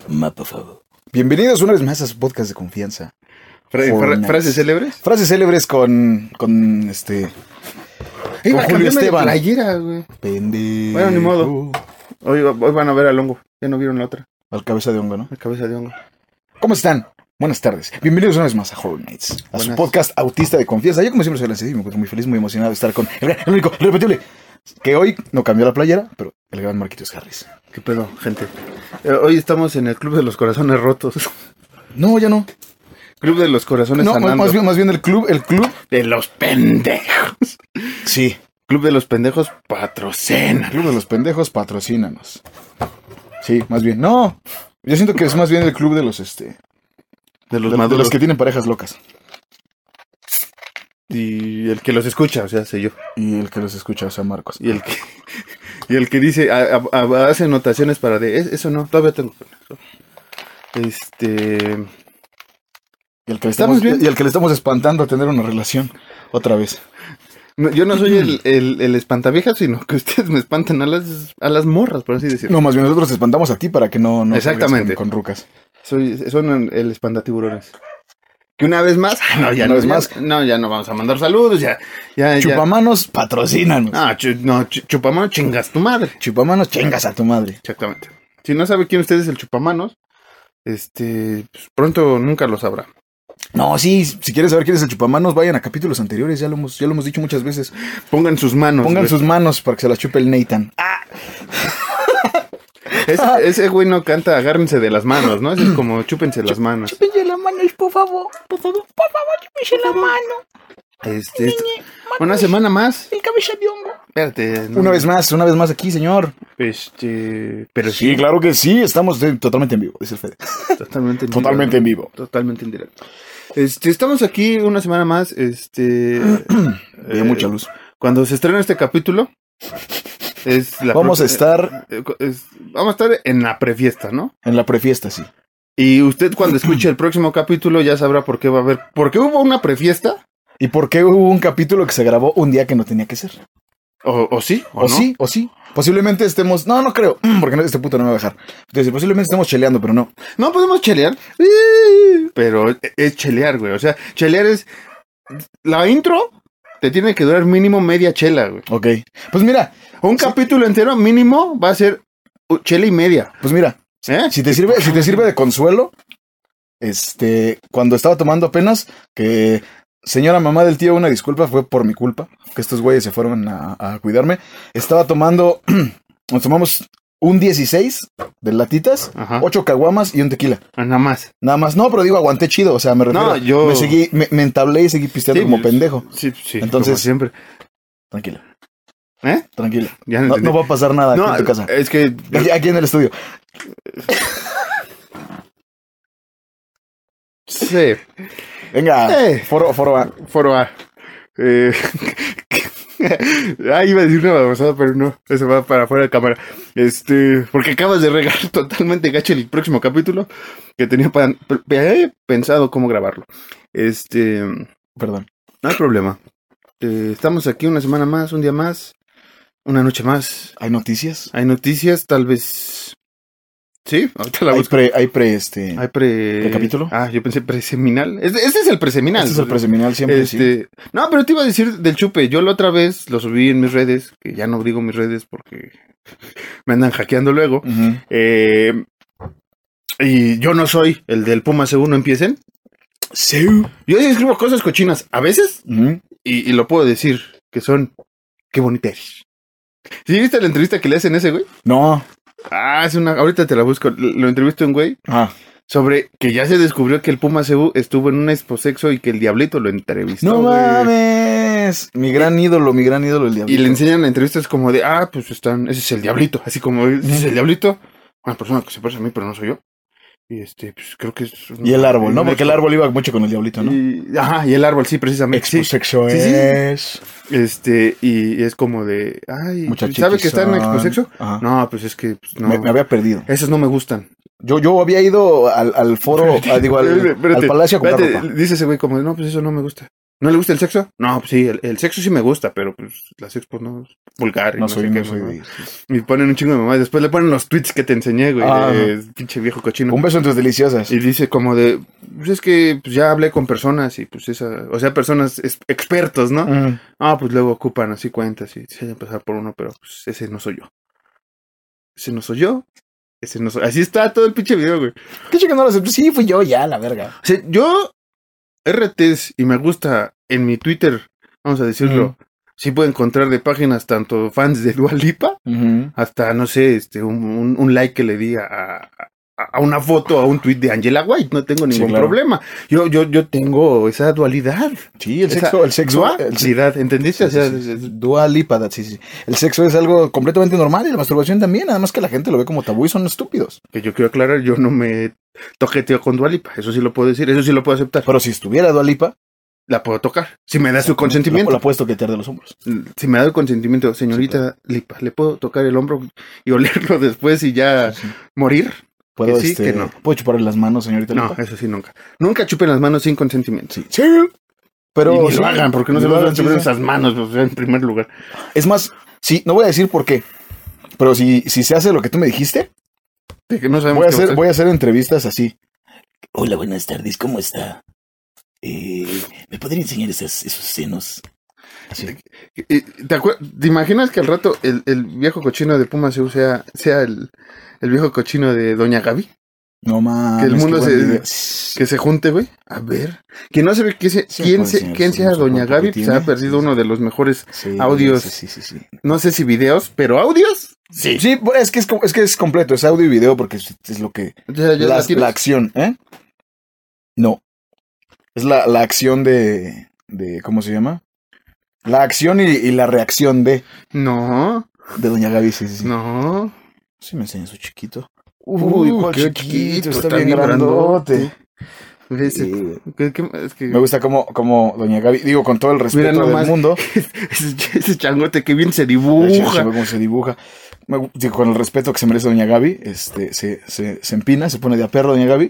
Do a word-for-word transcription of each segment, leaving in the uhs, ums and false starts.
Ma, por favor. Bienvenidos una vez más a su podcast de confianza. Fra fra ¿Frases célebres? Frases célebres con, con este... Hey, con Julio Esteban. Playera, güey. Pendejo. Bueno, ni modo. Hoy, hoy van a ver al hongo. Ya no vieron la otra. Al cabeza de hongo, ¿no? Al cabeza de hongo. ¿Cómo están? Buenas tardes. Bienvenidos una vez más a Horror Nights. A Buenas. Su podcast autista de confianza. Yo como siempre soy el me encuentro muy feliz, muy emocionado de estar con el, gran, el único, el irrepetible. Que hoy no cambió la playera, pero el gran Marquitos Harris. ¿Qué pedo, gente? Eh, hoy estamos en el Club de los Corazones Rotos. No, ya no. Club de los Corazones no, Sanando. Más bien, más bien el club, el club de los pendejos. Sí. Club de los pendejos patrocina. Club de los pendejos patrocínanos. Sí, más bien. No, yo siento que es más bien el club de los este de los de, maduros. De los que tienen parejas locas. Y el que los escucha, o sea, sé yo. Y el que los escucha, o sea, Marcos. Y el que y el que dice a, a, a, hace anotaciones para de eso no, todavía tengo. Este y el que le estamos y el que le estamos espantando a tener una relación otra vez. No, yo no soy el, el, el espantaviejas, sino que ustedes me espantan a las, a las morras, por así decirlo. No, más bien nosotros te espantamos a ti para que no, no exactamente con, con rucas. Soy, son el espantatiburones. Que una vez más, no, ya una no, vez ya, más. No, ya no vamos a mandar saludos, ya, ya, Chupamanos, ya. Patrocínanos. Ah, chu, no, ch chupamanos, chingas tu madre. Chupamanos, chingas a tu madre. Exactamente. Si no sabe quién usted es el chupamanos, este, pues, pronto nunca lo sabrá. No, sí, si quieres saber quién es el chupamanos, vayan a capítulos anteriores, ya lo hemos, ya lo hemos dicho muchas veces. Pongan sus manos. Pongan güey. sus manos para que se las chupe el Nathan. Ah. Es, ese güey no canta, agárrense de las manos, ¿no? Es como chúpense las manos. Chúpense las manos, por favor. Por favor, por favor, chúpense la mano. Este, esto, una semana más. El cabeza de hongo. Espérate. No. Una vez más, una vez más aquí, señor. Este, pero sí, sí, claro que sí, estamos de, totalmente en vivo, dice el Fede. Totalmente en vivo. Totalmente en vivo. Totalmente en directo. Este, estamos aquí una semana más, este... de eh, mucha luz. Cuando se estrena este capítulo... Es la vamos a estar... Es, vamos a estar en la prefiesta, ¿no? En la prefiesta, sí. Y usted cuando escuche el próximo capítulo ya sabrá por qué va a haber... ¿Por qué hubo una prefiesta? ¿Y por qué hubo un capítulo que se grabó un día que no tenía que ser? O, o sí, o, o no. sí, o sí. Posiblemente estemos... No, no creo, porque este puto no me va a dejar. Entonces, posiblemente estemos cheleando, pero no. No podemos chelear. Pero es chelear, güey. O sea, chelear es... La intro te tiene que durar mínimo media chela, güey. Ok. Pues mira... Un sí. capítulo entero mínimo va a ser chela y media. Pues mira, ¿eh? si te sirve, si te sirve de consuelo, este, cuando estaba tomando apenas, que señora mamá del tío, una disculpa, fue por mi culpa, que estos güeyes se fueron a, a cuidarme. Estaba tomando, nos tomamos un dieciséis de latitas, Ajá. ocho caguamas y un tequila. Ah, nada más. Nada más. No, pero digo, aguanté chido, o sea, me refiero. No, yo... Me seguí, me, me entablé y seguí pisteando sí, como pendejo. Sí, sí. Entonces, como siempre. Tranquila. ¿Eh? Tranquila. Ya no, no va a pasar nada no, aquí en tu casa. Es que... Aquí, aquí en el estudio. Sí. Venga, eh. foro, foro A. Foro A. Eh... ah, iba a decir una babosada, pero no. Eso va para afuera de cámara. Este... Porque acabas de regar totalmente gacho el próximo capítulo que tenía pa pensado cómo grabarlo. Este... Perdón. No hay problema. Eh, estamos aquí una semana más, un día más. Una noche más. ¿Hay noticias? Hay noticias, tal vez... Sí, ahorita la hay busco. Pre, hay pre, este... Hay pre... ¿Pre capítulo? Ah, yo pensé preseminal. Este, este es el preseminal. Este es el preseminal, siempre, este... sí. No, pero te iba a decir del chupe. Yo la otra vez lo subí en mis redes, que ya no digo mis redes porque me andan hackeando luego. Uh-huh. eh... Y yo no soy el del Puma C uno, empiecen. Sí. Yo sí escribo cosas cochinas, a veces, uh-huh. y, y lo puedo decir, que son... Qué bonita eres. ¿Sí viste la entrevista que le hacen a ese güey? No. Ah, es una... Ahorita te la busco. Lo entrevistó un güey. Ah. Sobre que ya se descubrió que el Puma C U estuvo en un exposexo y que el Diablito lo entrevistó. ¡No güey. mames! Mi gran ídolo, mi gran ídolo, el Diablito. Y le enseñan la entrevista, es como de, ah, pues están... Ese es el Diablito. Así como, ese es el Diablito. Una persona que se parece a mí, pero no soy yo. Y este, pues creo que es... Y el árbol, ¿no? Porque el árbol iba mucho con el Diablito, ¿no? Y, ajá, y el árbol, sí, precisamente. Exposexo sí. es... Sí, sí. Este, y es como de... Ay, ¿sabe que está en exposexo? Ajá. No, pues es que... Pues, no. Me, me había perdido. Esos no me gustan. Yo, yo había ido al, al foro, a, digo, al, espérate, al palacio a comprar ropa. Dice ese güey como, no, pues eso no me gusta. ¿No le gusta el sexo? No, pues sí, el, el sexo sí me gusta, pero pues la sexo no es vulgar. Y No no, soy, sé no qué, soy ¿no? de... Y ponen un chingo de mamás. Después le ponen los tweets que te enseñé, güey. Ah, de pinche viejo cochino. Un beso en tus deliciosas. Y dice como de, pues es que pues ya hablé con personas y pues esa, o sea, personas es- expertos, ¿no? Mm. Ah, pues luego ocupan así cuentas y se hacen pasar por uno, pero pues ese no soy yo. Ese no soy yo. Ese no soy. Así está todo el pinche video, güey. ¿Qué chico no lo aceptó? Sí, fui yo ya, la verga. O sea, yo R Ts y me gusta en mi Twitter, vamos a decirlo, sí puedo encontrar de páginas tanto fans de Dua Lipa Ujú. hasta, no sé, este, un, un, un like que le di a, a, a una foto, a un tweet de Angela White. No tengo ningún Sí, claro. problema. Yo, yo, yo tengo esa dualidad. Sí, el Esa sexo, el sexo. El se- dualidad, ¿entendiste? O sea, sí, sí, sí. Dua Lipa, sí, sí. El sexo es algo completamente normal y la masturbación también, nada más que la gente lo ve como tabú y son estúpidos. que yo quiero aclarar, yo no me toqueteo con Dua Lipa. Eso sí lo puedo decir, eso sí lo puedo aceptar. Pero si estuviera Dua Lipa, La puedo tocar. Si me da su la, consentimiento. la puedes toquetear de los hombros. Si me da el consentimiento, señorita Lipa, ¿le puedo tocar el hombro y olerlo después y ya Sí, sí. morir? Puedo, Que sí, este, que no. ¿puedo chuparle las manos, señorita No, Lipa? eso sí, nunca. Nunca chupen las manos sin consentimiento. Sí. Sí. Pero y ni sí, lo hagan, porque no ni se lo van a hagan, sí, chupar sí. esas manos, o sea, en primer lugar. Es más, sí, no voy a decir por qué. Pero si, si se hace lo que tú me dijiste, De que no sabemos voy a qué hacer, hacer. voy a hacer entrevistas así. Hola, buenas tardes, ¿cómo está? Eh, ¿me podría enseñar esas, esos senos? Así. Y- ¿Te, acuer- ¿Te imaginas que al rato el, el viejo cochino de Puma Seu sea, sea el, el viejo cochino de Doña Gaby? No mames. Que el mundo qué buen se- video. Que se junte, güey. A ver. Que no se ve que se- Sí, quién, puede se- enseñar quién su- sea su Doña cuerpo Gaby. que Pues ha tiene. perdido Sí, sí. uno de los mejores, Sí, audios. Sí, sí, sí, sí. no sé si videos, pero audios. Sí. Sí, pues, es que es, co- es que es completo, es audio y video porque es, es lo que... Ya, ya La, la tienes. la acción, ¿eh? No. Es la, la acción de, de... ¿Cómo se llama? La acción y, y la reacción de... No, De Doña Gaby, sí, sí, sí. no. Sí me enseña su chiquito. Uy, Uy, cuál qué chiquito, chiquito, está, está bien bien grandote. grandote. ¿Ves? Sí, güey. ¿Qué- qué- es que... Me gusta como, como Doña Gaby, digo, con todo el respeto Mira nomás. del mundo. ese, ese changote que bien se Se dibuja. ve cómo se dibuja. Me gu- digo, con el respeto que se merece Doña Gaby, este, se, se, se empina, se pone de a perro Doña Gaby.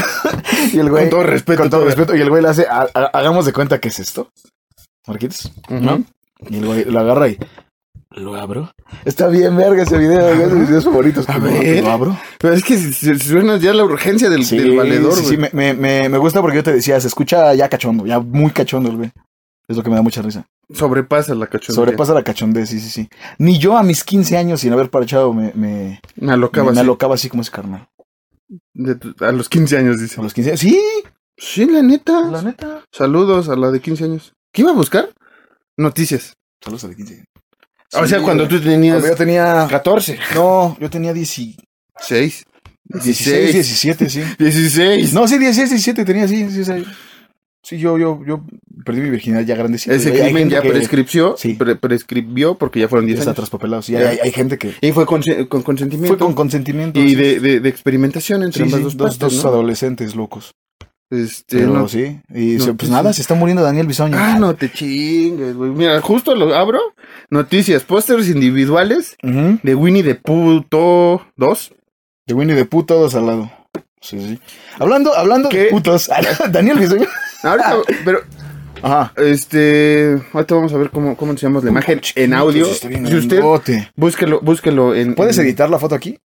y el güey, Con todo respeto, con todo todavía. respeto, y el güey le hace, "Ha- ha- hagamos de cuenta que es esto. Marquitos, Ujú. ¿no? Y el güey lo agarra y lo abro. Está bien verga ese video, es de mis videos favoritos. A que lo- ver. que Lo abro. Pero es que si- si suena ya la urgencia del, Sí, del valedor, sí, sí, güey. me, me, me, me gusta porque yo te decía, se escucha ya cachondo, ya muy cachondo el güey. Es lo que me da mucha risa. Sobrepasa la cachondez. Sobrepasa la cachondez, sí, sí, sí. Ni yo a mis quince años sin haber parchado me, me, Me alocaba me, me así. alocaba así como ese carnal. De tu- a los quince años, dice. A los quince años. Sí, Sí, la neta. la neta. Saludos a la de quince años. ¿Qué iba a buscar? Noticias. Saludos a los quince años. o Sí, sea, cuando güey. tú tenías Cuando yo tenía. catorce. No, yo tenía dieci- seis. dieciséis, diecisiete, sí. dieciséis. No, sí, dieciséis, diecisiete tenía, sí, sí, sí. Sí, yo, yo, yo perdí mi virginidad ya grandecito. Ese Y hay crimen gente ya que prescribió. Sí. pre- prescribió porque ya fueron ya diez está años. traspapelado. Sí, Ya. hay, hay gente que Y fue con, con consentimiento. fue con consentimiento. y sí. de, de, de experimentación entre Sí, ambas sí, dos dos, partes, dos ¿no? adolescentes locos. Este, Pero no- sí. Y no, se- pues pues nada, sí. se está muriendo Daniel Bisoño. Ah, no te chingues, güey. Mira, justo lo abro. Noticias, pósters individuales Ujú. de Winnie the Pooh dos. De Winnie the Pooh, todos al lado. Sí, sí. Hablando, hablando de ¿Qué? putos. Daniel Bisoño. Ahorita, pero, Ajá. este, ahorita vamos a ver cómo, cómo enseñamos la imagen en audio. Está bien Si usted, grandote. búsquelo, búsquelo en... ¿Puedes en- editar la foto aquí?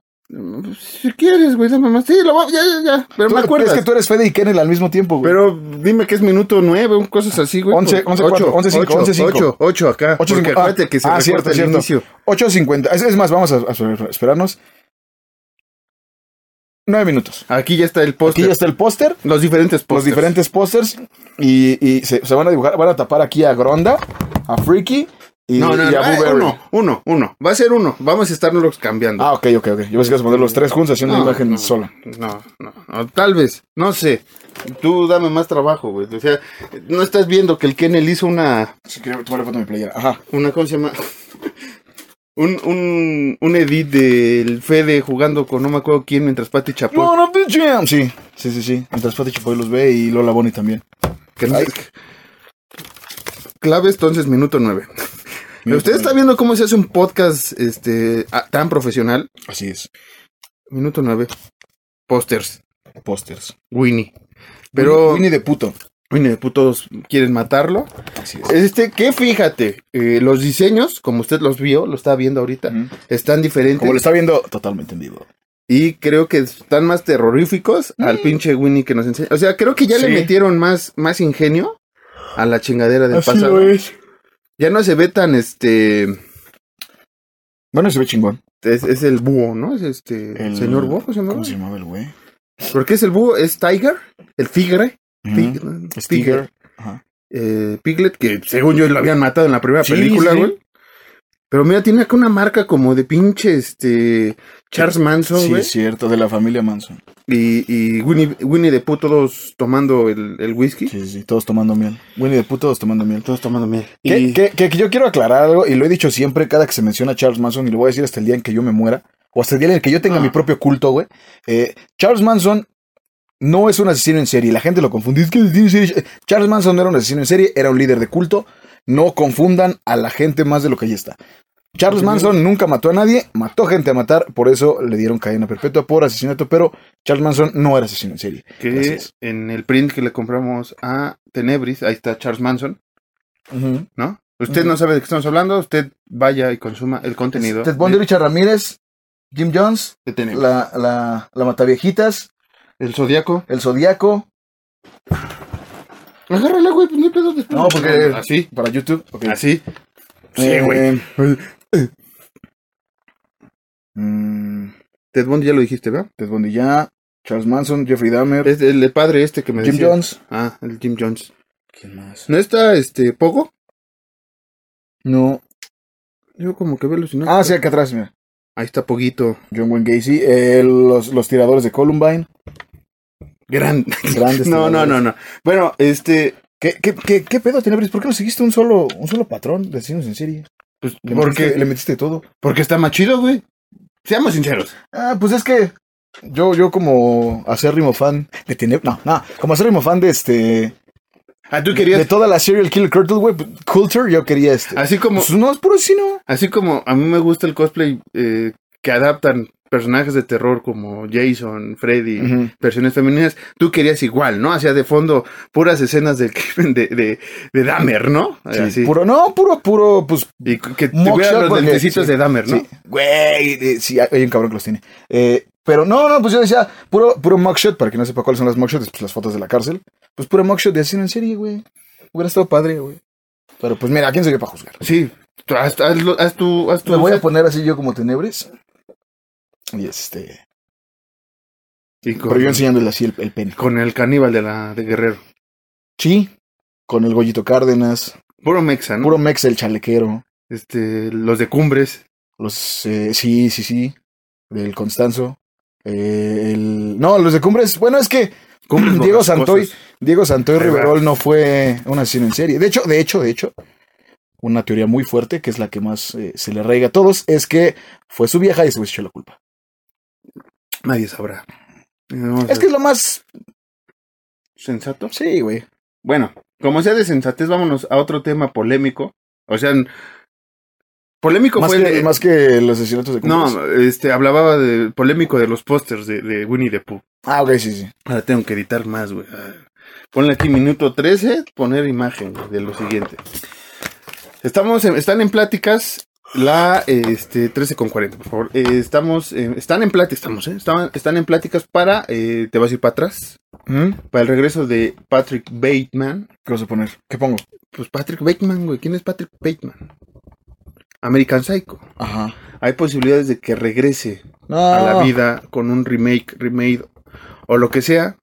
Si quieres, güey, dame más. Sí, lo va, ya, ya, ya. Pero Tú- me acuerdas. Es que tú eres Fede y Kennel al mismo tiempo, güey. Pero dime que es minuto nueve, un cosas así, güey. Once, once, cuatro, once, cinco, once, cinco. ocho, ocho acá. Ocho, porque cinco- acuérdate ah, que se ah, recorta cierto, el cierto. inicio. ocho cincuenta. Es, es más, vamos a, a esperarnos. Nueve minutos. Aquí ya está el Aquí póster. ya está el póster. Los diferentes Los pósters. diferentes pósters. Y, y se, se van a dibujar. Van a tapar aquí a Gronda, a Freaky y, No, no, y no. a eh, Boo Berry. uno, uno, uno. Va a ser uno. Vamos a estarnos cambiando. Ah, ok, ok, ok. Yo pensé que ibas a poner los tres juntos haciendo No, una imagen no, sola. No, no, no, tal vez. No sé. Tú dame más trabajo, güey. O sea, no estás viendo que el Kennel hizo una... Sí, quiero tomar foto de mi playera. Ajá. una ¿Cómo se llama? un, un, un edit del Fede jugando con no me acuerdo quién mientras Pati Chapoy. No, no, bitch, jam. Sí, sí, sí, sí. Mientras Pati Chapoy los ve y Lola Bonnie también. Que no- Ay. Clave, entonces, minuto nueve. Minuto ¿Usted está nueve. viendo cómo se hace un podcast este a- tan profesional? Así es. Minuto nueve. Pósters. Pósters. Winnie. Pero Winnie de puto. Winnie the Pooh todos quieren matarlo. Así es. Este, que fíjate, eh, los diseños, como usted los vio, lo está viendo ahorita, Ujú. están diferentes. Como lo está viendo totalmente en vivo. Y creo que están más terroríficos al pinche Winnie que nos enseña. O sea, creo que ya Sí. le metieron más, más ingenio a la chingadera del Así pasado. lo es. Ya no se ve tan, este... Bueno, se ve chingón. Es, es el búho, ¿no? Es este... El señor búho, ¿cómo se llama? ¿Cómo se llamaba el güey? ¿Por qué es el búho? ¿Es Tiger? ¿El tigre? Ujú. Pig- Es Piglet. Tiger. Ajá. Eh, Piglet, que según yo lo habían matado en la primera Sí, película, sí. güey. Pero mira, tiene acá una marca como de pinche, este... Charles Manson, Sí, güey. es cierto, de la familia Manson. Y, y Winnie, Winnie the Pooh todos tomando el, el whisky. Sí, sí, todos tomando miel. Winnie the Pooh, todos tomando miel. Todos tomando miel. Que, Y- que- que- que yo quiero aclarar algo, y lo he dicho siempre cada que se menciona a Charles Manson, y lo voy a decir hasta el día en que yo me muera, o hasta el día en el que yo tenga Ah. mi propio culto, güey. Eh, Charles Manson no es un asesino en serie, la gente lo confunde. Es que asesino en serie. Charles Manson no era un asesino en serie, era un líder de culto. No confundan a la gente más de lo que ya está. Charles Manson nunca mató a nadie, mató gente a matar, por eso le dieron cadena perpetua por asesinato, pero Charles Manson no era asesino en serie. que Gracias. en el print que le compramos a Tenebris, ahí está Charles Manson, Ujú. ¿no? Usted Ujú. no sabe de qué estamos hablando, usted vaya y consuma el contenido Ted Bundy, de, Richard Ramírez, Jim Jones, de Tenebris. la, la, la Mataviejitas, El Zodíaco. el Zodíaco. Agárrala, güey, pues no hay pedo después. No, porque- Así, Para YouTube. ok. así. Sí, Eh, güey. mm, Ted Bundy ya lo dijiste, ¿verdad? Ted Bundy ya. Charles Manson, Jeffrey Dahmer, Es el, el padre este que me Jim decía. Jones. Ah, el Jim Jones. ¿Quién más? ¿No está, este, Pogo? No. Yo como que veo alucinado. Ah, sí, acá atrás, mira. Ahí está Poguito. John Wayne Gacy. eh, los, los tiradores de Columbine. Gran. Grandes No, no, tiradores. no, no. Bueno, este, ¿Qué, qué, qué, qué pedo, Tenebris? ¿Por qué no seguiste un solo, un solo patrón de asesinos en serie? pues, Le porque, metiste, le metiste todo. porque está más chido, güey. Seamos sinceros. Ah, pues es que yo, yo como acérrimo fan de Tenebris. No, no. Como acérrimo fan de este. Ah, tú querías, De toda la serial killer culture, güey. Culture, yo quería este. así como, Pues no, es puro sino. así como a mí me gusta el cosplay eh, que adaptan personajes de terror como Jason, Freddy, Ujú. versiones femeninas, tú querías igual, ¿no? Hacía de fondo puras escenas del crimen de, de, de Dahmer, ¿no? Sí, Así. puro, no, puro, puro, pues. Y que Mugshot, tuvieran los porque- lentecitos sí, de Dahmer, ¿no? Sí, güey, eh, sí, hay un cabrón que los tiene. Eh, pero no, no, pues yo decía, puro, puro mugshot, para que no sepa cuáles son las mugshots, pues las fotos de la cárcel. Pues puro mugshot de asesino en serie, güey. Hubiera estado padre, güey. Pero pues mira, ¿quién soy yo para juzgar? Sí, tú haz, hazlo- haz tu, haz tu Me voy a set. poner así yo como Tenebris. Y este. Y con, Pero yo enseñándole así el, el pene. con el caníbal de la de Guerrero. Sí, con el Goyito Cárdenas. Puro mexa, ¿no? Puro Mex el chalequero. Este, los de Cumbres. Los, eh, sí, sí, sí. Del Constanzo. Eh, el... No, los de Cumbres. Bueno, es que Cumbres Diego borrascosas. Santoy, Diego Santoy Ahí va. Riverol no fue un asesino en serie. De hecho, de hecho, de hecho, una teoría muy fuerte, que es la que más eh, se le arraiga a todos, es que fue su vieja y se echó la culpa. Nadie sabrá. Vamos Es a- que es lo más. ¿Sensato? Sí, güey. Bueno, como sea de sensatez, vámonos a otro tema polémico. O sea, n- polémico Más, fue el que- de- más que los asesinatos de Cumbres. No, este, hablaba de polémico de los pósters de, de Winnie the Pooh. Ah, ok, sí, sí. Ahora tengo que editar más, güey. Ah, ponle aquí minuto trece, poner imagen güey, de lo siguiente. Estamos en- están en pláticas la este trece con cuarenta, por favor. Eh, estamos eh, están en pláticas, estamos, eh, están, están en pláticas para eh, te vas a ir para atrás, ¿Mm? para el regreso de Patrick Bateman. ¿Qué vas a poner? ¿Qué pongo? Pues Patrick Bateman, güey, ¿quién es Patrick Bateman? American Psycho. Ajá. Hay posibilidades de que regrese No. a la vida con un remake, remake o lo que sea.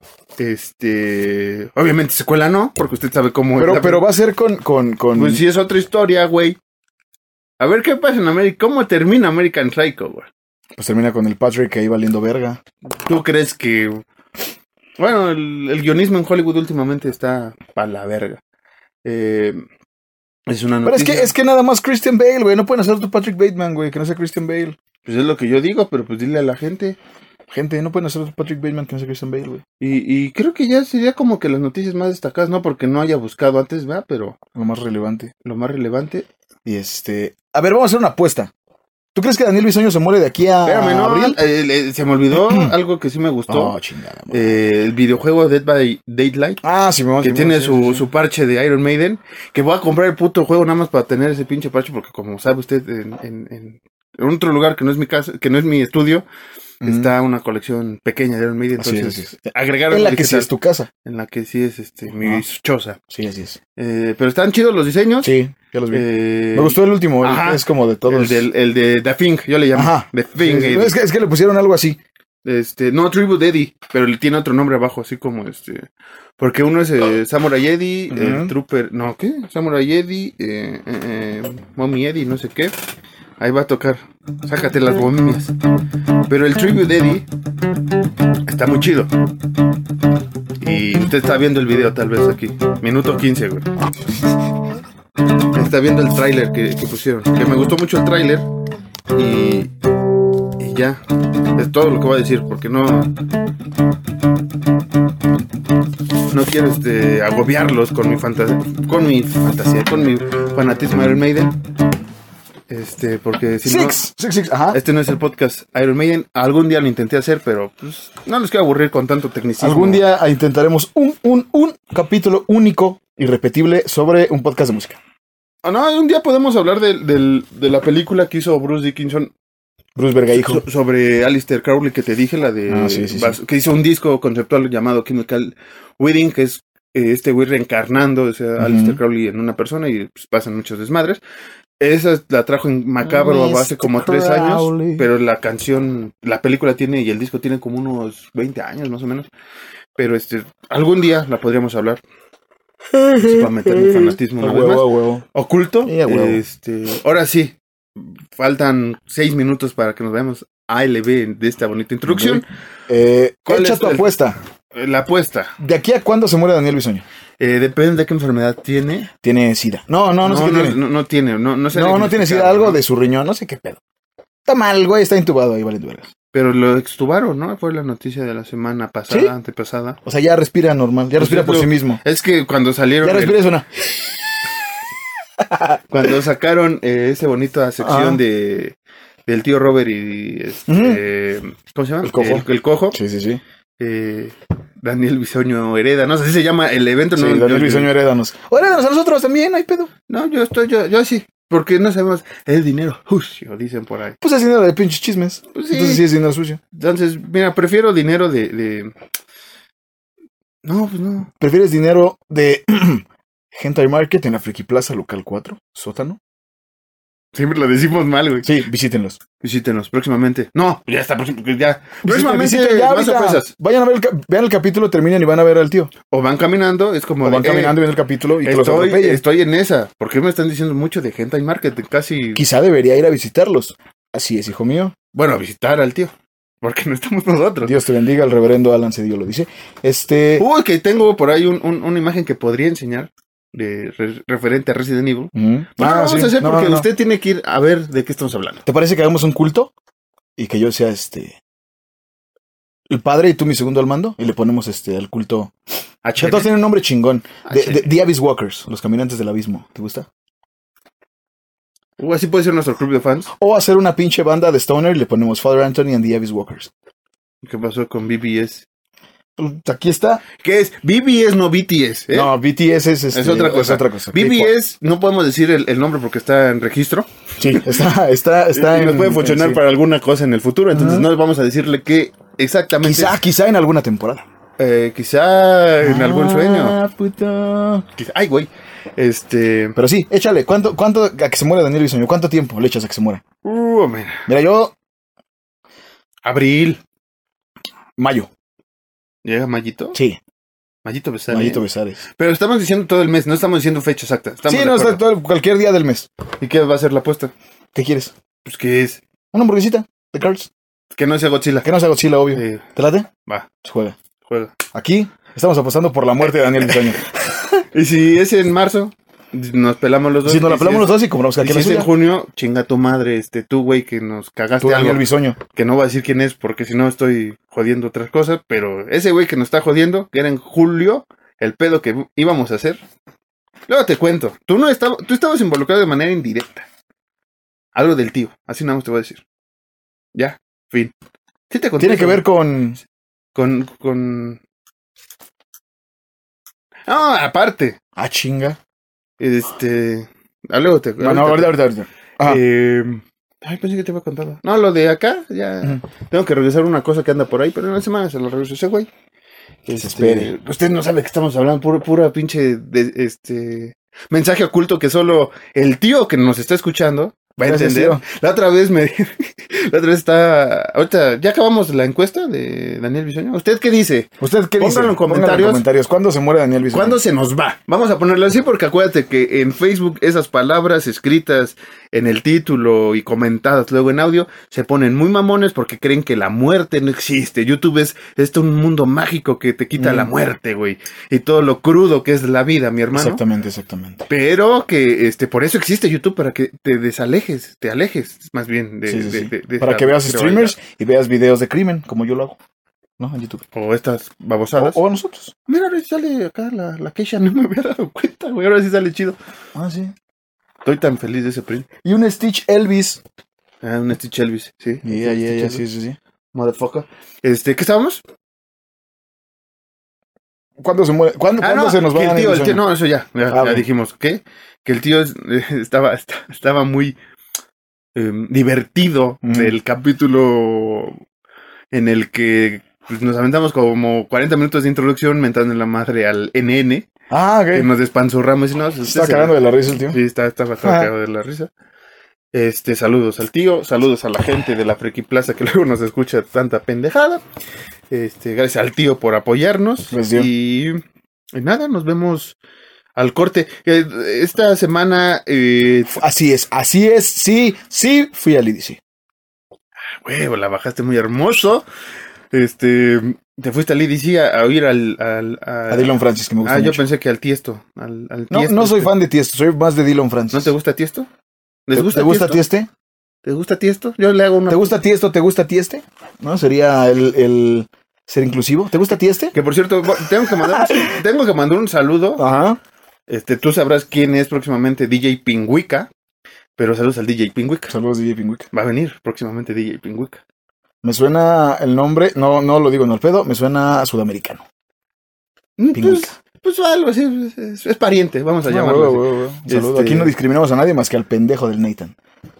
Este, obviamente secuela no, porque usted sabe cómo Pero, la- pero va a ser con. con, con... pues sí es otra historia, güey. A ver qué pasa en América, cómo termina American Psycho, güey. Pues termina con el Patrick ahí valiendo verga. ¿Tú crees que bueno, el, el guionismo en Hollywood últimamente está pa' la verga? Eh, es una Pero es noticia. que, es que nada más Christian Bale, güey. No pueden hacer otro Patrick Bateman, güey. Que no sea Christian Bale. Pues es lo que yo digo, pero pues dile a la gente. Gente, no pueden hacer otro Patrick Bateman que no sea Christian Bale, güey. Y, y creo que ya sería como que las noticias más destacadas, no porque no haya buscado antes, ¿verdad? Pero Lo más relevante. lo más relevante. Y este. A ver, vamos a hacer una apuesta. ¿Tú crees que Daniel Bisoño se muere de aquí a Espérame, no, abril? eh, le- se me olvidó algo que sí me gustó. Oh, chingada. madre. Eh, el videojuego Dead by Daylight. ah, sí, me Que tiene su, su parche de Iron Maiden. Que voy a comprar el puto juego nada más para tener ese pinche parche. Porque como sabe usted, en, en, en, en otro lugar que no es mi casa, que no es mi estudio, Mm. está una colección pequeña de Iron Maiden. Así es, Entonces, así es. agregaron En la el que sí digital, es tu casa. en la que sí es este mi Ajá. choza. Sí, así es. Eh, pero están chidos los diseños. Sí, ya los vi. Eh, Me gustó el último, el ajá. que es como de todos. El, del, el de The Thing, yo le llamo. Ajá. The Sí, Thing. sí. eh, Es, que, es que le pusieron algo así. Este, no, Tribute Eddie, pero le tiene otro nombre abajo, así como este. Porque uno es eh, Samurai Eddie, Ujú. el Trooper, no, ¿qué? Samurai Eddie, eh, eh, eh, Mommy Eddie, no sé qué. Ahí va a tocar. Sácate las momias. Pero el Tribute Eddie está muy chido. Y usted está viendo el video tal vez aquí. Minuto quince, güey. Está viendo el tráiler que, que pusieron. Que me gustó mucho el tráiler. Y, y ya. Es todo lo que voy a decir. Porque no... No quiero este, agobiarlos con mi fantasía. Con mi fantasía. Con mi fanatismo de Iron Maiden. Este, porque si no... Six, six, six, ajá. Este no es el podcast Iron Maiden. Algún día lo intenté hacer, pero pues, no les quiero aburrir con tanto tecnicismo. Algún día intentaremos un, un, un capítulo único, irrepetible, sobre un podcast de música. Ah, no, un día podemos hablar de, del- de la película que hizo Bruce Dickinson Bruce Verga, hijo. so- sobre Aleister Crowley, que te dije, la de... Ah, sí, sí, sí. Bas- que hizo un disco conceptual llamado Chemical Wedding, que es eh, este güey reencarnando, o sea, Ujú. Aleister Crowley en una persona y pues, pasan muchos desmadres. Esa la trajo en Macabro hace mister como tres años, Crowley. pero la canción, la película tiene y el disco tiene como unos veinte años más o menos. Pero este, algún día la podríamos hablar. Así para meter mi fanatismo A una vez huevo, más. a huevo. Oculto. Sí, a huevo. Este, ahora sí, faltan seis minutos para que nos veamos A L B de esta bonita introducción. Eh, ¿Cuál echa es tu el- apuesta. Eh, La apuesta. ¿De aquí a cuándo se muere Daniel Bisoño? Eh, depende de qué enfermedad tiene. Tiene sida. No, no, no, sé qué no, tiene. no, no tiene, no, no sé. No, no tiene sida, diagnosticar, algo ¿no? de su riñón, no sé qué pedo. Está mal, güey, está intubado ahí, vale, vergas. Pero lo extubaron, ¿no? Fue la noticia de la semana pasada, ¿Sí? antepasada. O sea, ya respira normal, ya Pues respira es por lo- sí mismo. Es que cuando salieron, Ya el- respira y suena. cuando sacaron eh, esa bonita sección Ah. de del tío Robert y este, ¿cómo se llama? El cojo. El, el cojo. Sí, sí, sí. eh, Daniel Bisoño hereda, no sé si se llama el evento, Sí, no, Daniel yo- Bisoño herédanos. O herédanos a nosotros también, no hay pedo. no, yo estoy, yo, yo sí, porque no sabemos, el dinero sucio, dicen por ahí. Pues es dinero de pinches chismes. Pues sí. Entonces sí es dinero sucio. Entonces, mira, prefiero dinero de, de... No, pues no. ¿Prefieres dinero de Hentai Market en la Friki Plaza Local cuatro? ¿Sótano? Siempre lo decimos mal, güey. Sí, visítenlos. Visítenos próximamente. No, ya está, próximo- ya. Próximamente Visiten ya más ahorita. sorpresas. Vayan a ver el, ca- vean el capítulo, terminen y van a ver al tío. O van caminando, es como O van de, eh, caminando y ven el capítulo y que los estoy, atropellen. estoy en esa. ¿Por qué me están diciendo mucho de Hentai Market? Casi, Quizá debería ir a visitarlos. Así es, hijo mío. bueno, a visitar al tío. Porque no estamos nosotros. Dios te bendiga, el reverendo Alan Cedillo lo dice. Este... Uy, que tengo por ahí un- un- una imagen que podría enseñar de re- referente a Resident Evil. Mm. Pero Ah, no vamos sí. a hacer No, porque no, no. usted tiene que ir a ver de qué estamos hablando. ¿Te parece que hagamos un culto? Y que yo sea este... el padre y tú mi segundo al mando. Y le ponemos este al culto... A Que todos tienen un nombre chingón. De, H. de- The Abyss Walkers, los caminantes del abismo. ¿Te gusta? Uh, así puede ser nuestro club de fans. O hacer una pinche banda de Stoner y le ponemos Father Anthony and The Abyss Walkers. ¿Qué pasó con B B S? Pues, aquí está. ¿Qué es? B B S no B T S, ¿eh? No, B T S es, este, es otra cosa. Es otra cosa. B B K-pop. S, no podemos decir el, el nombre porque está en registro. Sí, está, está, está y nos en- puede funcionar sí. para alguna cosa en el futuro. Entonces Ajá. no vamos a decirle que exactamente. Quizá, quizá en alguna temporada. eh, quizá en algún sueño. Ah, puto. Quizá- ay, güey. Este. Pero sí, échale. ¿Cuánto, cuánto a que se muera Daniel Bisoño? ¿Cuánto tiempo le echas a que se muera? Uh, mira. Mira, yo, Abril. mayo. ¿Llega Mayito? Sí, Mayito Besares. Mayito Besares. Pero estamos diciendo todo el mes, no estamos diciendo fecha exacta. Estamos Sí, de no, está acuerdo. todo- cualquier día del mes. ¿Y qué va a ser la apuesta? ¿Qué quieres? Pues que es. Una hamburguesita de Cards. Que no sea Godzilla. Que no sea Godzilla, obvio. Eh, ¿Te late? va, Pues juega. juega. Aquí estamos apostando por la muerte de Daniel Bisoño. Y si es en marzo, nos pelamos los dos. Si nos la Y pelamos es- los dos y compramos Y aquí si la es en suya. junio, chinga tu madre, este, tú, güey, que nos cagaste Tú, Daniel algo. Bisoño. Que no voy a decir quién es, porque si no estoy jodiendo otras cosas. Pero ese güey que nos está jodiendo, que era en julio, el pedo que íbamos a hacer. Luego te cuento. Tú no estabas, tú estabas involucrado de manera indirecta. Algo del tío. Así nada más te voy a decir. Ya, fin. ¿Qué te conté? Tiene que ver con... Con, con... No, aparte. Ah, chinga. Este... Ah, luego te... No, no, ahorita, ahorita, ahorita. Ajá. Eh... Ay, pensé que te había contado. No, lo de acá, ya... Ujú. Tengo que revisar una cosa que anda por ahí, pero en una semana se lo reviso ese güey. Este, espere. Usted no sabe que estamos hablando, pura, pura pinche... De, este... mensaje oculto que solo el tío que nos está escuchando va a Gracias, entender. tío. La otra vez me... la otra vez está... Ahorita, ya acabamos la encuesta de Daniel Bisoño. ¿Usted qué dice? ¿Usted qué dice? Pónganlo en Pónganlo comentarios. comentarios. ¿Cuándo se muere Daniel Bisoño? ¿Cuándo se nos va? Vamos a ponerlo así porque acuérdate que en Facebook esas palabras escritas en el título y comentadas luego en audio se ponen muy mamones porque creen que la muerte no existe. YouTube es esto un mundo mágico que te quita Mm. la muerte, güey. Y todo lo crudo que es la vida, mi hermano. Exactamente, exactamente. Pero que este por eso existe YouTube, para que te desalejes, te alejes más bien de... Sí, sí, de- sí. de- de Para esa que veas frivolidad. streamers y veas videos de crimen, como yo lo hago. ¿No? En YouTube. O estas O, babosadas. o a nosotros. Mira, ahora sí sale acá la, la queja, no me había dado cuenta, güey. Ahora sí sale chido. Ah, sí. Estoy tan feliz de ese print. Y un Stitch Elvis. Ah, un Stitch Elvis, sí. Y ya, ya, Stitch ya, Elvis. sí, sí, sí. Motherfucker. Este, ¿qué estábamos? ¿Cuándo se muere? ¿Cuándo, Ah, ¿cuándo no, se nos va que el Daniel tío, el tío, Bisoño? no, eso ya, ya, Ah, ya bueno. dijimos, ¿qué? Que el tío es- estaba, esta- estaba muy eh, divertido Mm. del capítulo en el que pues, nos aventamos como cuarenta minutos de introducción mentando en la madre al N N, Ah, que ok. nos despanzurramos y no, Se está cagando de la risa el tío. Sí, está, está bastante Ajá. cagado de la risa. Este, saludos al tío, saludos a la gente de la Friki Plaza que luego nos escucha tanta pendejada. Este, gracias al tío por apoyarnos. Gracias, tío. Y, y nada, nos vemos al corte. Eh, esta semana, eh, Así es, así es. Sí, sí, fui al I D C. huevo, la bajaste muy hermoso. Este, te fuiste al I D C a, a oír al, al, A Dylan Francis, que me gusta Ah, yo mucho. pensé que al Tiesto. Al, al No, Tiesto, no soy este. fan de Tiesto, soy más de Dylan Francis. ¿No te gusta Tiesto? ¿Les ¿Te gusta ¿Te gusta Tiesto? Tieste? ¿Te gusta Tiesto? Yo le hago una... ¿Te gusta Tiesto? ¿Te gusta Tieste? ¿No? Sería el, el ser inclusivo. ¿Te gusta Tieste? Que por cierto, tengo que mandar, tengo que mandar un saludo. Ajá. Este, tú sabrás quién es próximamente D J Pingüica, pero saludos al D J Pingüica. Saludos, D J Pingüic. Va a venir próximamente D J Pingüica. Me suena el nombre, no, no lo digo en el pedo, me suena a sudamericano. Mm, Pingüica. Pues, pues algo así, es, es- es pariente, vamos a Ah, llamarlo huevo, así. huevo, huevo. Un saludo. Este- Aquí no discriminamos a nadie más que al pendejo del Nathan.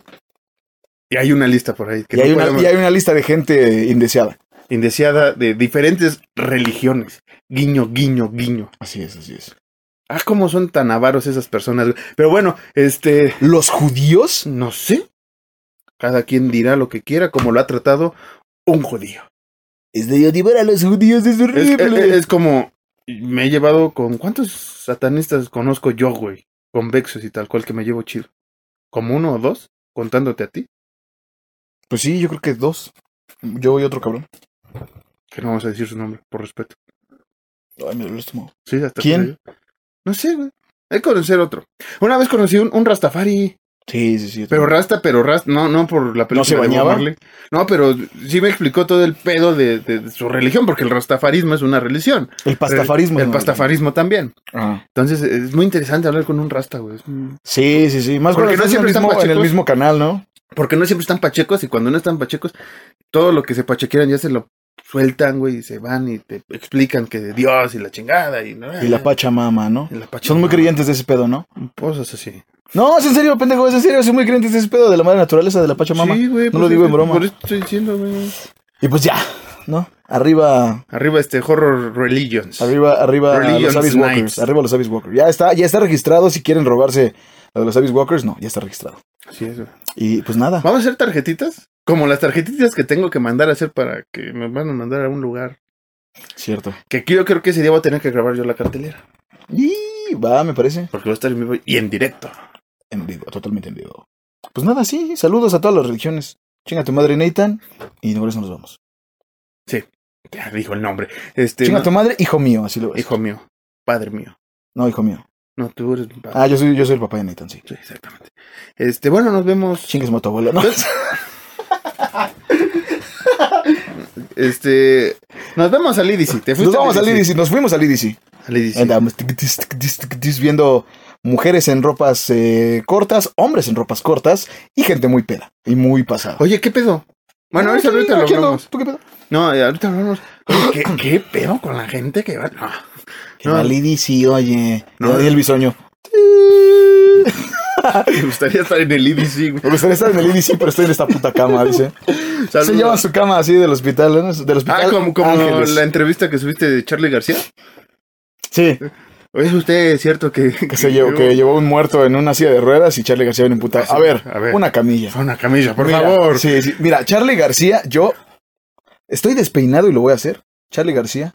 Y hay una lista por ahí que Y hay, no una, podemos- y hay una lista de gente indeseada. indeseada de diferentes religiones. Guiño, guiño, guiño. Así es, así es. Ah, cómo son tan avaros esas personas. güey. Pero bueno, este, ¿Los judíos? no sé. Cada quien dirá lo que quiera, como lo ha tratado un judío. Es de odiar a los judíos, es Es, horrible. es- es como, me he llevado con, ¿cuántos satanistas conozco yo, güey? Convexos y tal cual que me llevo chido. ¿Como uno o dos? Contándote a ti. Pues sí, yo creo que dos. Yo y otro cabrón. Que no vamos a decir su nombre, por respeto. Ay, me duele el estómago. Sí, hasta ¿Quién? que- No sé, güey. Hay que conocer otro. Una vez conocí un, un Rastafari. Sí, sí, sí. Pero Rasta, pero Rasta, no, no por la película ¿No se de Bob bañaba? Marley. No, pero sí me explicó todo el pedo de, de- de su religión, porque el rastafarismo es una religión. El pastafarismo. El ¿no? pastafarismo también. Ajá. Entonces es muy interesante hablar con un rasta, güey. Es un- Sí, sí, sí. Más Porque cuando no estás siempre en, el están mismo, en el pachecos. mismo canal, ¿no? Porque no siempre están pachecos, y cuando no están pachecos, todo lo que se pachequeran ya se lo sueltan, güey, y se van y te explican que de Dios y la chingada y, Y la Pachamama, ¿no? y la Pachamama. Son muy creyentes de ese pedo, ¿no? Cosas así. No, es en serio, pendejo, es en serio. Son muy creyentes de ese pedo de la madre naturaleza de la Pachamama. Sí, güey. No pues lo digo es- en broma. Por eso estoy diciendo, güey. Y pues ya, ¿no? Arriba, Arriba este Horror Religions. arriba, arriba Religions los Abyss Nights. Walkers. Arriba los Abyss Walkers. Ya está, ya está registrado. Si quieren robarse lo de los Abyss Walkers, no, ya está registrado. Así es, güey. Y pues nada. ¿Vamos a hacer tarjetitas? Como las tarjetitas que tengo que mandar a hacer para que me van a mandar a un lugar. Cierto. Que aquí yo creo que ese día voy a tener que grabar yo la cartelera. Y va, me parece. Porque voy a estar en vivo y en directo. En vivo, totalmente en vivo. Pues nada, sí, saludos a todas las religiones. Chinga tu madre, Nathan. Y de eso nos vamos. Ya dijo el nombre. Este, Chinga no, tu madre, hijo mío, así lo ves. hijo mío. Padre mío. No, hijo mío. No, tú eres mi padre. Ah, yo soy, yo soy el papá de Nathan, sí. Sí, exactamente. Este, bueno, nos vemos. Chingues a tu abuelo, ¿no? Este, nos vemos al I D C. ¿Te fuiste Nos vamos al I D C? I D C, nos fuimos al I D C. Al I D C. Andamos tic, tic, tic, tic, tic, tic, viendo mujeres en ropas eh, cortas, hombres en ropas cortas y gente muy peda y muy pasada. Oye, ¿qué pedo? Bueno, No, eso sí, ahorita lo aquí ando. hablamos. ¿Tú qué pedo? No, eh, ahorita hablamos. Oye, ¿qué, ¿qué pedo con la gente que va? No. Que No. va Lidi, sí, oye. No. No. Y el bisoño. Me gustaría estar en el I D C, güey. Me gustaría estar en el I D C, pero estoy en esta puta cama, dice. Saludos. Se lleva su cama así del hospital, ¿no? Del hospital. Ah, como, como Ángeles. la entrevista que subiste de Charlie García. Sí, ¿Es usted cierto que, que se llevó, que llevó un muerto en una silla de ruedas y Charlie García viene imputado. A ver, A ver. una camilla. Fue una camilla, por Mira, favor. Sí, sí. Mira, Charlie García, yo estoy despeinado y lo voy a hacer. Charlie García,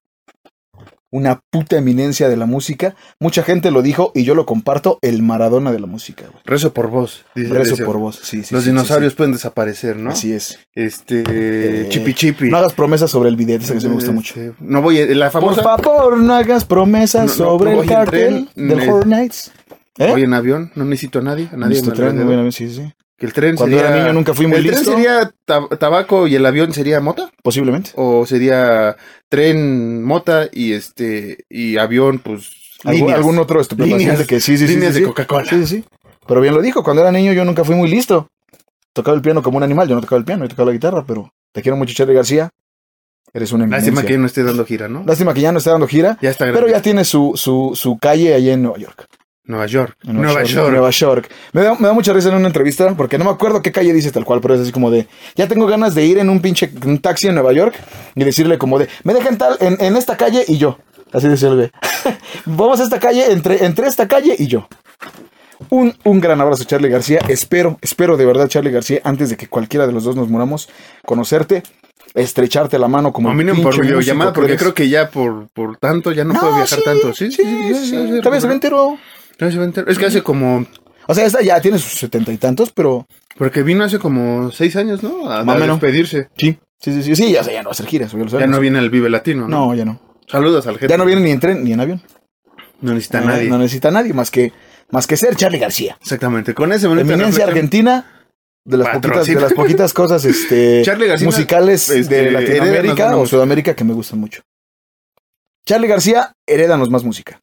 una puta eminencia de la música. Mucha gente lo dijo y yo lo comparto, el Maradona de la música, güey. Rezo por vos. Dice el Rezo deseo. por vos, sí, sí. Los sí, dinosaurios sí, pueden desaparecer, sí. ¿no? Así es. Este. Eh, chipi chipi. No hagas promesas sobre el bidet, esa que sí me gusta mucho. Este, No voy. a- La Por famosa. favor, no hagas promesas No, no, sobre no el voy en cartel tren, del ne- Horror Nights. ¿Eh? Voy en avión. No necesito a nadie. A nadie Listo, me tren, alrededor. bueno, sí, sí. Que el tren Cuando sería. era niño nunca fui muy ¿El listo. tren sería tab- tabaco y el avión sería mota? Posiblemente. ¿O sería tren, mota y este. Y avión, pues. ¿Algún, líneas. algún otro estupefaciente Líneas- que sí, sí, sí. líneas sí, de sí. Coca-Cola. Sí, sí, sí. Pero bien lo dijo, cuando era niño yo nunca fui muy listo. Tocaba el piano como un animal, yo no tocaba el piano, yo tocaba la guitarra, pero te quiero mucho, Charlie García. Eres una eminencia. Lástima que no esté dando gira, ¿no? Lástima que ya no está dando gira, Ya está pero grande. ya tiene su, su, su calle allá en Nueva York. Nueva York. En Nueva, York. Nueva York. Me da, me da mucha risa en una entrevista, porque no me acuerdo qué calle dice tal cual, pero es así como de, ya tengo ganas de ir en un pinche un taxi en Nueva York y decirle como de, me dejan tal en, en esta calle y yo. Así dice el güey. Vamos a esta calle, entre, entre esta calle y yo. Un, un gran abrazo, Charlie García. Espero, espero de verdad, Charlie García, antes de que cualquiera de los dos nos muramos, conocerte, estrecharte la mano como A mí no pinche por músico videollamada, que porque eres. creo que ya por, por tanto ya no, No, puedo viajar sí, tanto. Sí, sí, sí. sí, sí. ya- ya- Todavía se ve entero. ya se va a enterar. Es que hace como. O sea, esta ya tiene sus setenta y tantos, pero Porque vino hace como seis años, ¿no? A, Más a o menos. despedirse. sí, sí, sí, sí, sí, ya, sé, ya no va a hacer giras, ya lo Ya sabemos. no viene el Vive Latino, ¿no? No, ya no. Saludos al jefe. Ya no viene ni en tren ni en avión. No necesita No, nadie. no necesita a nadie más que, más que ser Charlie García. Exactamente. Con ese bonito Eminencia reflexión, argentina, de las, poquitas, Patrocina. de las poquitas cosas este, Charlie García, musicales este, de herédanos Latinoamérica una o música. Sudamérica que me gustan mucho. Charlie García, herédanos más música.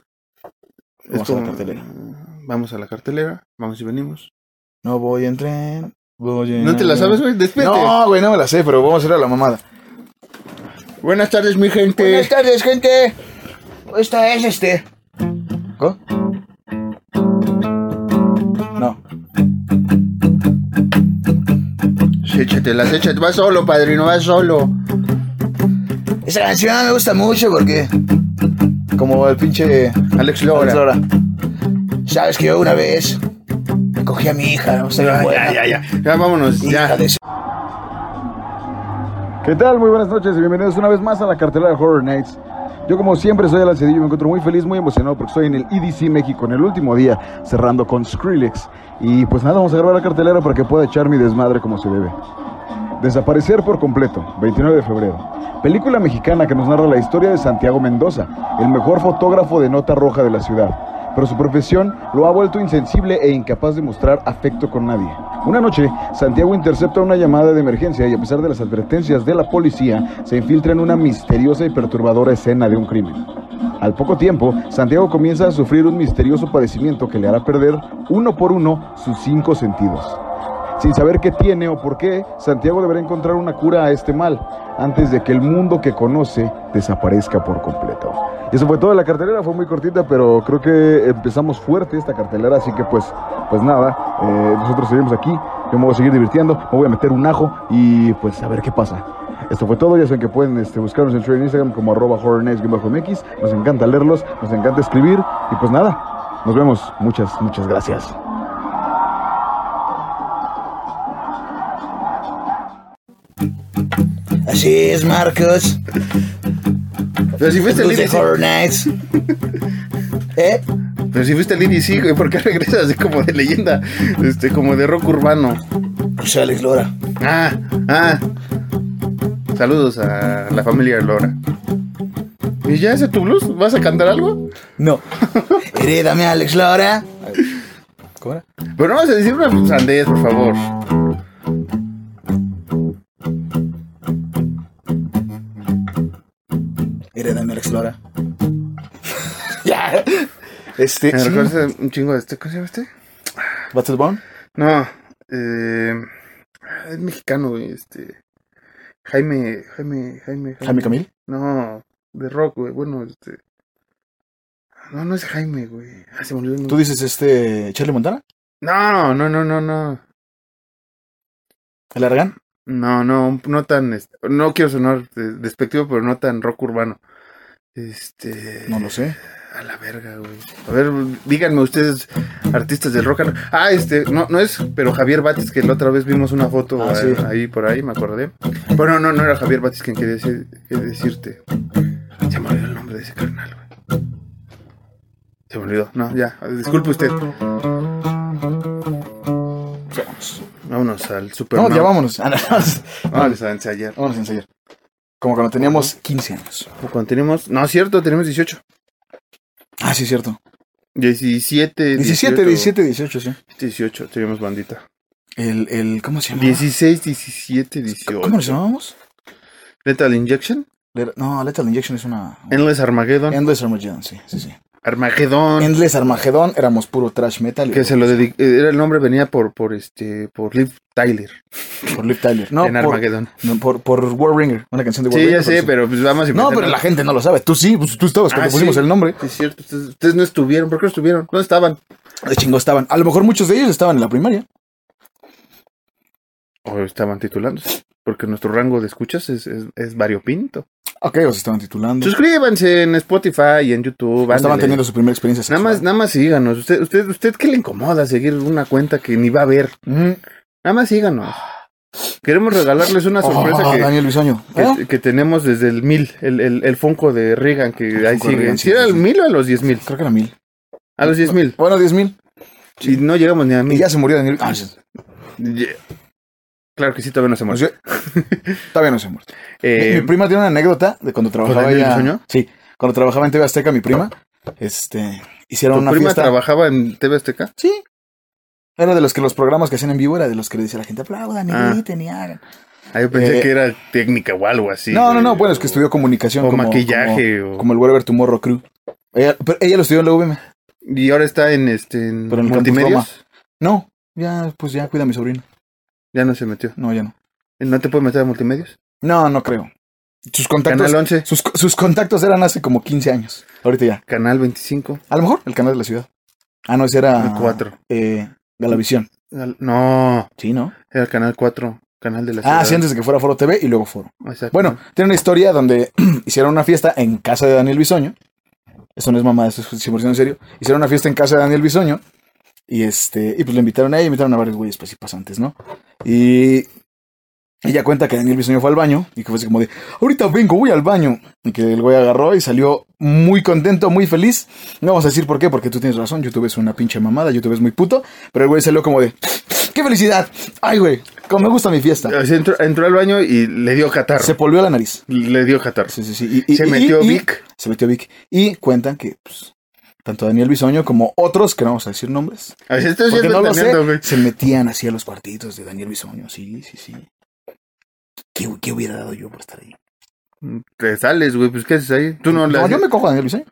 Vamos esto- a la cartelera. Vamos a la cartelera. Vamos y venimos. No voy en tren, voy en ¿No te la sabes, güey? Despídete. No, güey, no me la sé, pero vamos a ir a la mamada. Buenas tardes, mi gente. Buenas tardes, gente. Esta es este. ¿Go? No. Échatelas, échate. Vas solo, padrino, vas solo. Esa canción me gusta mucho porque. Como el pinche. Alex Lora. Alex Lora. Sabes que yo una vez. Me cogí a mi hija, ¿no? Ya, ya, ya, ya. Ya, vámonos. Hija Ya. de su- ¿Qué tal? Muy buenas noches y bienvenidos una vez más a la cartelera de Horror Nights. Yo como siempre soy Alan Cedillo y me encuentro muy feliz, muy emocionado porque estoy en el E D C México en el último día, cerrando con Skrillex. Y pues nada, vamos a grabar la cartelera para que pueda echar mi desmadre como se debe. Desaparecer por completo, veintinueve de febrero. Película mexicana que nos narra la historia de Santiago Mendoza, el mejor fotógrafo de nota roja de la ciudad. Pero su profesión lo ha vuelto insensible e incapaz de mostrar afecto con nadie. Una noche, Santiago intercepta una llamada de emergencia y a pesar de las advertencias de la policía, se infiltra en una misteriosa y perturbadora escena de un crimen. Al poco tiempo, Santiago comienza a sufrir un misterioso padecimiento que le hará perder uno por uno sus cinco sentidos. Sin saber qué tiene o por qué, Santiago deberá encontrar una cura a este mal, antes de que el mundo que conoce desaparezca por completo. Y eso fue todo. La cartelera fue muy cortita, pero creo que empezamos fuerte esta cartelera, así que pues, pues nada, eh, nosotros seguimos aquí, yo me voy a seguir divirtiendo, me voy a meter un ajo y pues a ver qué pasa. Esto fue todo, ya saben que pueden este, buscarnos en Twitter y en Instagram como arroba horrornights-mx, nos encanta leerlos, nos encanta escribir y pues nada, nos vemos, muchas, muchas gracias. Así es, Marcos. Pero si fuiste el Los de I D C. Horror Nights. ¿Eh? Pero si fuiste el I D C, güey, ¿por qué regresas así como de leyenda? Este, como de rock urbano. Pues Alex Lora. Ah, ah. Saludos a la familia Lora. ¿Y ya ese tu blues? ¿Vas a cantar algo? No. Herédame a Alex Lora. ¿Cómo era? Pero no vas a decir una sandez, por favor. Herédame a Alex Lora. Ya. Este, Me sí. recuerda un chingo de este. ¿Cómo se llama este? What's it Bone? No, eh, es mexicano, güey, este. Jaime, Jaime, Jaime, Jaime Camil. No, de rock, güey. Bueno, este. No, no es Jaime, güey. Ah, se me olvidó el ¿Tú nombre. dices este Charlie Montana? No, no, no, no, no. ¿El Aragán? No, no, no tan. este, No quiero sonar eh, despectivo, pero no tan rock urbano. Este. No lo sé. A la verga, güey. A ver, díganme ustedes, artistas del rock and roll. Ah, este, no, no es, pero Javier Batis, que la otra vez vimos una foto Ah, a- sí. ahí por ahí, me acordé. Bueno, no, no era Javier Batis quien quería decir- quería decirte. Se me olvidó el nombre de ese carnal, güey. Se me olvidó. No, ya, disculpe usted. Vámonos. Vámonos al super. No, ya vámonos. Ah, no, vámonos. Vámonos a ensayar. Vámonos a ensayar. Como cuando teníamos quince años. Cuando tenemos. No, cierto, tenemos dieciocho. Ah, sí, cierto. diecisiete, diecisiete, diecisiete, dieciocho, sí. dieciocho, teníamos bandita. El, el, ¿cómo se llama? dieciséis, diecisiete, dieciocho. ¿Cómo nos llamábamos? Lethal Injection. Le- No, Lethal Injection es una... Endless Armageddon. Endless Armageddon, sí, sí, sí. Armageddon. Endless Armageddon, éramos puro trash metal. Que se lo dedic- era el nombre venía por por este por Liv Tyler Por Liv Tyler. No, en por, Armageddon. no, por, por Warringer, una canción de Sí, Warringer. ya sé, pero pues vamos a No, pero la gente no lo sabe. Tú sí, pues tú estabas cuando Ah, pusimos sí. el nombre. Sí, es cierto, ustedes, ustedes no estuvieron, ¿por qué no estuvieron? ¿Dónde estaban? De chingo estaban. A lo mejor muchos de ellos estaban en la primaria. O estaban titulándose, porque nuestro rango de escuchas es, es, es variopinto. Ok, o se estaban titulando. Suscríbanse en Spotify y en YouTube. O estaban ándele. teniendo su primera experiencia Nada sexual. más, nada más síganos. Usted, usted, usted, ¿qué le incomoda seguir una cuenta que ni va a ver? Mm. Nada más síganos. Queremos regalarles una sorpresa Oh, que, Daniel Bisoño. que, ¿Eh? que tenemos desde el mil, el, el, el Funko de Reagan, que El ahí Funko de sigue. Reagan, ¿Si sí, era sí, al sí. mil o a los diez mil? Creo que era mil. A los diez mil. Bueno, diez mil. Y no llegamos ni a Y mil. ya se murió Daniel. Ah, sí. Yeah. Claro que sí, todavía no se muere. Pues, todavía no se ha muerto. Mi- Eh, mi prima tiene una anécdota de cuando trabajaba Daniel ella. Bisoño? Sí, cuando trabajaba en T V Azteca, mi prima. Este. Hicieron ¿Tu una prima fiesta. trabajaba en T V Azteca? Sí. Era de los que los programas que hacían en vivo era de los que le decía a la gente, aplaudan y Ah. griten y hagan. Ah, yo pensé Eh, que era técnica o algo así. no, no, no, eh, bueno, es que estudió comunicación. o como, maquillaje, Como, o- como el Whatever Tomorrow Crew. Ella, pero ella lo estudió en la U V M. Y ahora está en este en Pero en el Campus multimedios. No, ya, pues ya cuida a mi sobrino. Ya no se metió. No, ya no. ¿No te puede meter a multimedios? No, no creo. Sus contactos, Canal once, sus, sus contactos eran hace como quince años. Ahorita ya. Canal veinticinco, A lo mejor el canal de la ciudad. Ah, no, ese era. el cuatro. Eh, Galavisión. Al- No, Sí, ¿no? era el canal cuatro, canal de la Ah, ciudad. sí, antes de que fuera Foro T V y luego Foro. Exacto. Bueno, tiene una historia donde hicieron una fiesta en casa de Daniel Bisoño. Eso no es mamá, eso es cien por ciento en serio. Hicieron una fiesta en casa de Daniel Bisoño. Y este, y pues le invitaron a ella, invitaron a varios güeyes pues, y pasantes, ¿no? Y ella cuenta que Daniel Bisoño fue al baño y que fue así como de, ahorita vengo, voy al baño. Y que el güey agarró y salió muy contento, muy feliz. No vamos a decir por qué, porque tú tienes razón, YouTube es una pinche mamada, YouTube es muy puto. Pero el güey salió como de, ¡qué felicidad! ¡Ay, güey! Como me gusta mi fiesta. Así entró, entró al baño y le dio catarro. Se polvió la nariz. Le dio catarro. Sí, sí, sí. Y, y- Se y- metió y- Vic. Se metió Vic. Y cuentan que, pues, tanto Daniel Bisoño como otros, que no vamos a decir nombres, Así estás porque no lo sé, ventaneando, güey. se metían así a los cuartitos de Daniel Bisoño. Sí, sí, sí. ¿Qué, qué hubiera dado yo por estar ahí? Te sales, güey, pues ¿qué haces ahí? Tú no, No, le yo me cojo a Daniel Bisoño.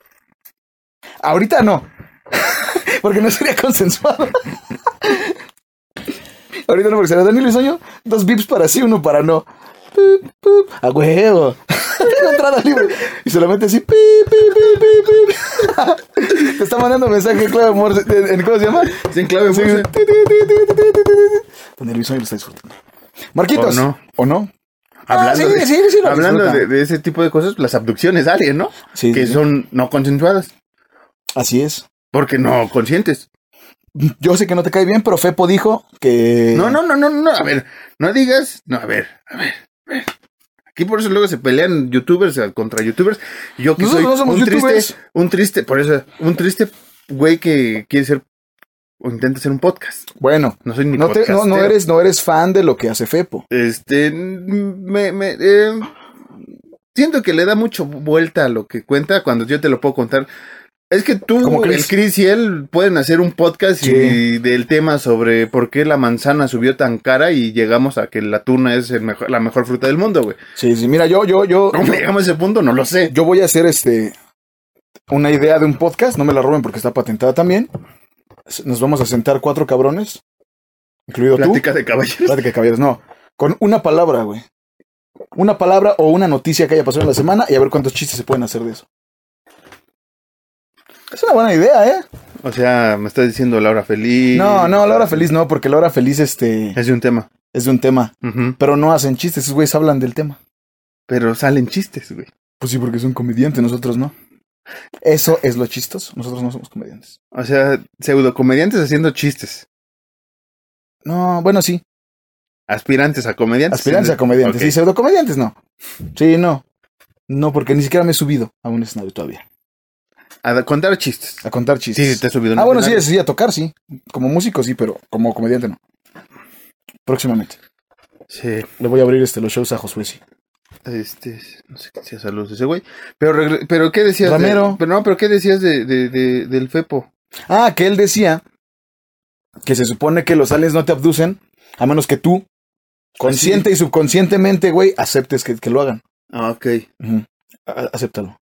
Ahorita no. Porque no sería consensuado. Ahorita no, porque sería Daniel Bisoño, dos bips para sí, uno para no. Pip, pip, a huevo. Entrada libre. Y solamente así. Pip, pip, pip, pip, pip. Te está mandando mensaje en clave morse. ¿En cómo se llama? en clave Sí. morse. Daniel Bisoño lo está disfrutando. Marquitos. ¿O no? ¿O no? Hablando, Ah, sí, de, sí, sí, lo hablando disfruta. de, de ese tipo de cosas, las abducciones de alguien, ¿no? Sí, Que sí, sí. son no consensuadas. Así es. Porque no conscientes. Yo sé que no te cae bien, pero Fepo dijo que. No, no, no, no, no. A ver, no digas. No, a ver, a ver, a ver. Aquí por eso luego se pelean youtubers contra youtubers. Yo que Nosotros soy no somos un youtubers. triste, un triste, por eso, un triste güey que quiere ser o intenta hacer un podcast. Bueno, No soy ni no, te, no, no, podcastero. eres, no eres fan de lo que hace Fepo. Este, me, me, eh, siento que le da mucho vuelta a lo que cuenta cuando yo te lo puedo contar. Es que tú, Como Chris. el Chris y él pueden hacer un podcast Sí. y del tema sobre por qué la manzana subió tan cara y llegamos a que la tuna es el mejor, la mejor fruta del mundo, güey. Sí, sí, mira, yo, yo, yo, ¿Cómo llegamos a ese punto? No lo sé. yo voy a hacer este. una idea de un podcast, no me la roben porque está patentada también. Nos vamos a sentar cuatro cabrones, incluido tú. Plática de caballeros. Plática de caballeros, no. Con una palabra, güey. Una palabra o una noticia que haya pasado en la semana y a ver cuántos chistes se pueden hacer de eso. Es una buena idea, ¿eh? O sea, me estás diciendo la hora feliz. No, no, la hora feliz no, porque la hora feliz este Es de un tema. es de un tema. Ujú. Pero no hacen chistes, esos güeyes hablan del tema. Pero salen chistes, güey. Pues sí, porque son comediantes, nosotros no. Eso es lo chistoso, nosotros no somos comediantes. O sea, pseudocomediantes haciendo chistes. No, bueno, sí. Aspirantes a comediantes. Aspirantes a comediantes. Ok. Sí, pseudocomediantes no. Sí, no. No, porque ni siquiera me he subido a un escenario todavía. A contar chistes. A contar chistes. Sí, te he subido. a un Ah, bueno, sí, escenario. sí, a tocar, sí. Como músico, sí, pero como comediante no. Próximamente. Sí. Le voy a abrir este, los shows a Josué, sí. Este, no sé qué sea salud ese güey. Pero, regre- pero ¿qué decías? de- Ramero. pero no, pero ¿qué decías de, de, de- del Fepo? Ah, que él decía que se supone que los aliens no te abducen a menos que tú, consciente y subconscientemente, güey, aceptes que, que lo hagan. Ah, ok. Ujú. A- Acéptalo.